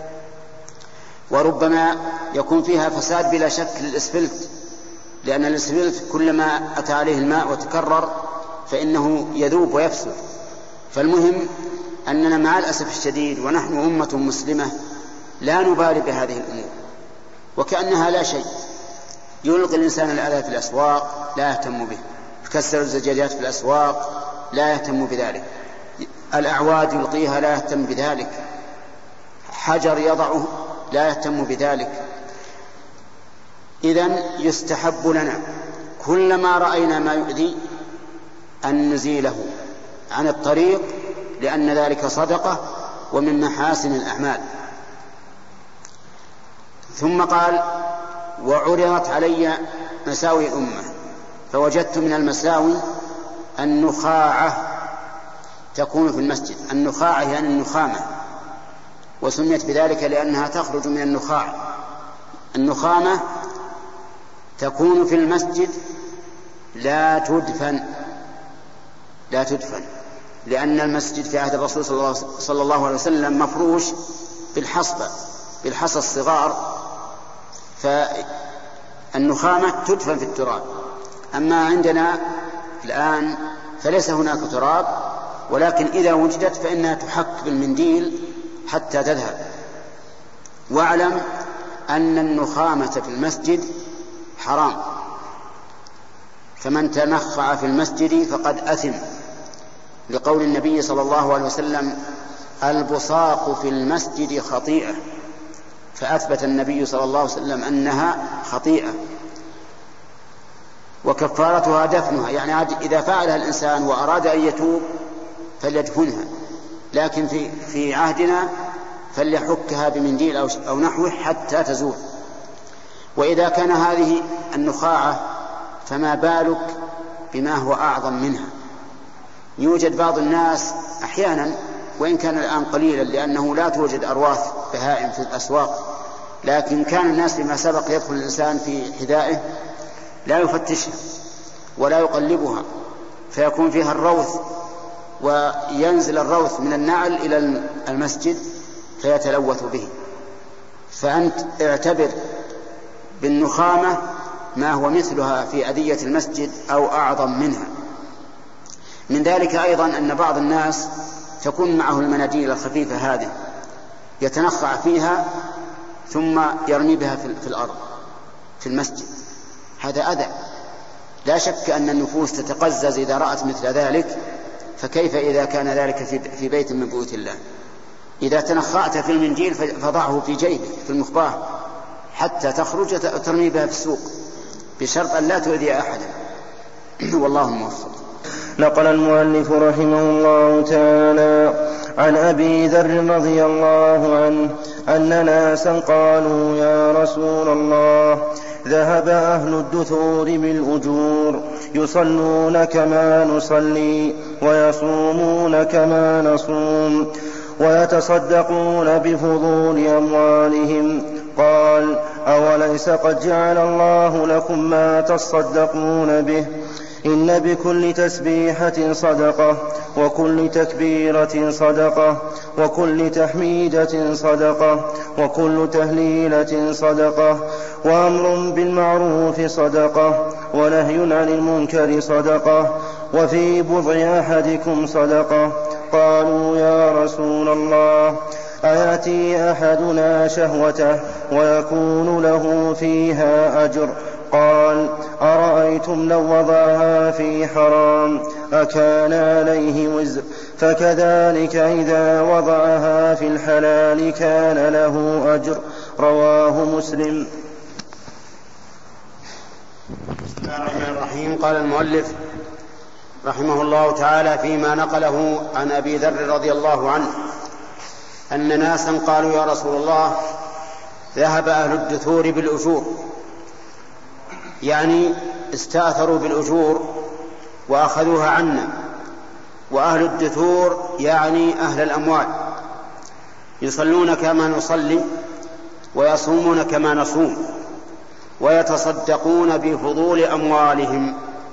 وربما يكون فيها فساد بلا شك للإسفلت، لأن الإسفلت كلما أتى عليه الماء وتكرر فإنه يذوب ويفسد. فالمهم أننا مع الأسف الشديد ونحن أمة مسلمة لا نبالي بهذه الأمور، وكأنها لا شيء. يلقي الإنسان الأذى في الأسواق لا يهتم به، يكسر الزجاجات في الأسواق لا يهتم بذلك، الأعواد يلقيها لا يهتم بذلك، حجر يضعه لا يهتم بذلك. إذن يستحب لنا كلما رأينا ما يؤذي أن نزيله عن الطريق، لأن ذلك صدقة ومن محاسن الأعمال. ثم قال: وعرضت علي مساوي الأمة فوجدت من المساوي النخاعة تكون في المسجد. النخاعة يعني النخامة، وسميت بذلك لأنها تخرج من النخاع. النخامة تكون في المسجد لا تدفن، لأن المسجد في عهد الرسول صلى الله عليه وسلم مفروش بالحصى الصغار، فالنخامة تدفن في التراب. أما عندنا الآن فليس هناك تراب، ولكن إذا وجدت فإنها تحك بالمنديل حتى تذهب. واعلم أن النخامة في المسجد حرام، فمن تنخع في المسجد فقد أثم، لقول النبي صلى الله عليه وسلم: البصاق في المسجد خطيئة، فأثبت النبي صلى الله عليه وسلم أنها خطيئة، وكفارتها دفنها. يعني إذا فعلها الإنسان وأراد أن يتوب فليدفنها، لكن في عهدنا فليحكها بمنديل أو نحوه حتى تزول. وإذا كان هذه النخاعة فما بالك بما هو أعظم منها. يوجد بعض الناس أحيانا، وإن كان الآن قليلا لأنه لا توجد أرواث بهائم في الأسواق، لكن كان الناس فيما سبق يدخل الإنسان في حذائه لا يفتشها ولا يقلبها، فيكون فيها الروث، وينزل الروث من النعل إلى المسجد فيتلوث به. فأنت اعتبر بالنخامة ما هو مثلها في أذية المسجد أو أعظم منها. من ذلك أيضا أن بعض الناس تكون معه المناديل الخفيفة هذه يتنخع فيها ثم يرمي بها في الأرض في المسجد. هذا أذى، لا شك أن النفوس تتقزز إذا رأت مثل ذلك، فكيف إذا كان ذلك في بيت من بيوت الله؟ إذا تنخعت في المنديل فضعه في جيبك في المخباه حتى تخرج ترمي بها في السوق، بشرط أن لا تؤذي أحدا. والله الموفق. نقل المؤلف رحمه الله تعالى عن أبي ذر رضي الله عنه أن ناسا قالوا: يا رسول الله، ذهب أهل الدثور بالأجور، يصلون كما نصلي ويصومون كما نصوم ويتصدقون بفضول أموالهم. قال: أوليس قد جعل الله لكم ما تصدقون به؟ إن بكل تسبيحة صدقة، وكل تكبيرة صدقة، وكل تحميدة صدقة، وكل تهليلة صدقة، وأمر بالمعروف صدقة، ونهي عن المنكر صدقة، وفي بضع أحدكم صدقة. قالوا: يا رسول الله، أيأتي أحدنا شهوته ويكون له فيها أجر؟ قال: أرأيتم لو وضعها في حرام أكان عليه وزر؟ فكذلك إذا وضعها في الحلال كان له أجر. رواه مسلم. بسم الله الرحمن الرحيم. قال المؤلف رحمه الله تعالى فيما نقله عن أبي ذر رضي الله عنه أن ناسا قالوا: يا رسول الله، ذهب أهل الدثور بالأجور، يعني استأثروا بالأجور وأخذوها عنا. وأهل الدثور يعني أهل الأموال، يصلون كما نصلي ويصومون كما نصوم ويتصدقون بفضول أموالهم،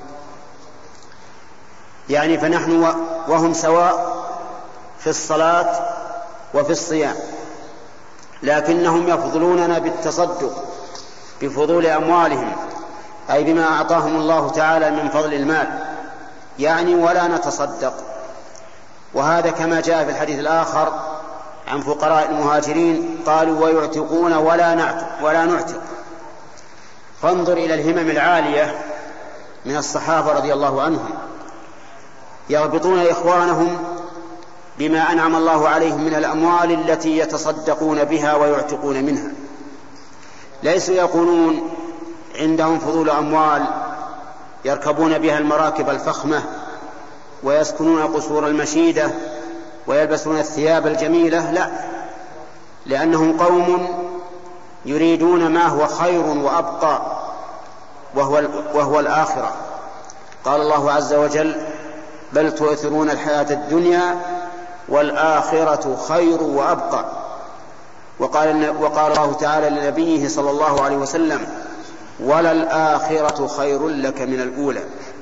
يعني فنحن وهم سواء في الصلاة وفي الصيام، لكنهم يفضلوننا بالتصدق بفضول أموالهم، أي بما أعطاهم الله تعالى من فضل المال، يعني ولا نتصدق. وهذا كما جاء في الحديث الآخر عن فقراء المهاجرين قالوا: ويعتقون ولا نعتق. فانظر إلى الهمم العالية من الصحابة رضي الله عنهم، يربطون إخوانهم بما أنعم الله عليهم من الأموال التي يتصدقون بها ويعتقون منها. ليسوا يقولون عندهم فضول أموال يركبون بها المراكب الفخمة ويسكنون قصور المشيدة ويلبسون الثياب الجميلة، لا، لأنهم قوم يريدون ما هو خير وأبقى وهو الآخرة. قال الله عز وجل: بل تؤثرون الحياة الدنيا والآخرة خير وأبقى. وقال الله تعالى لنبيه صلى الله عليه وسلم: وللآخرة خير لك من الأولى.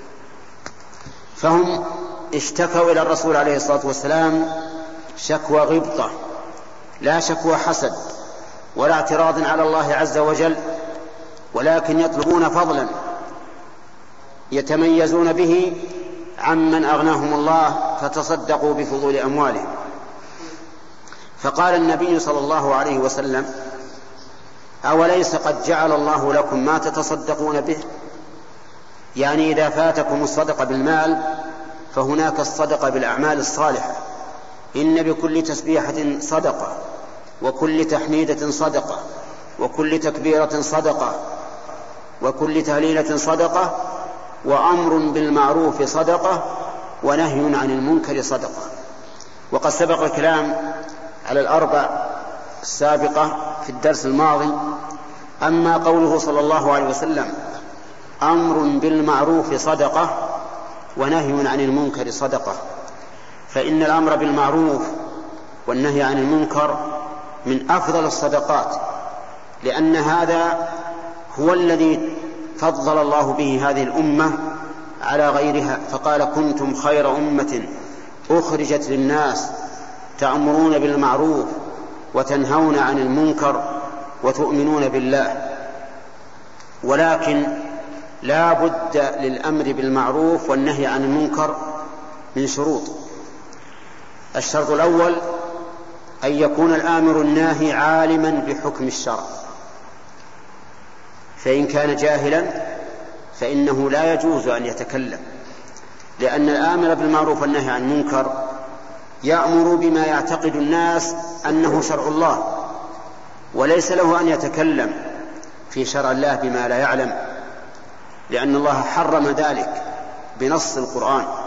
فهم اشتكوا إلى الرسول عليه الصلاة والسلام شكوى غبطة، لا شكوى حسد ولا اعتراض على الله عز وجل، ولكن يطلبون فضلا يتميزون به عمن أغناهم الله فتصدقوا بفضول أموالهم. فقال النبي صلى الله عليه وسلم: أوليس قد جعل الله لكم ما تتصدقون به؟ يعني إذا فاتكم الصدقة بالمال فهناك الصدقة بالأعمال الصالحة. إن بكل تسبيحة صدقة، وكل تحميدة صدقة، وكل تكبيرة صدقة، وكل تهليلة صدقة، وأمر بالمعروف صدقة، ونهي عن المنكر صدقة. وقد سبق الكلام على الأربع السابقة في الدرس الماضي. أما قوله صلى الله عليه وسلم: أمر بالمعروف صدقة ونهي عن المنكر صدقة، فإن الأمر بالمعروف والنهي عن المنكر من أفضل الصدقات، لأن هذا هو الذي فضل الله به هذه الأمة على غيرها، فقال: كنتم خير أمة أخرجت للناس تأمرون بالمعروف وتنهون عن المنكر وتؤمنون بالله. ولكن لا بد للأمر بالمعروف والنهي عن المنكر من شروط. الشرط الأول أن يكون الآمر الناهي عالما بحكم الشرع، فإن كان جاهلا فإنه لا يجوز أن يتكلم، لأن الآمر بالمعروف والنهي عن المنكر يأمر بما يعتقد الناس أنه شرع الله، وليس له أن يتكلم في شرع الله بما لا يعلم، لأن الله حرم ذلك بنص القرآن.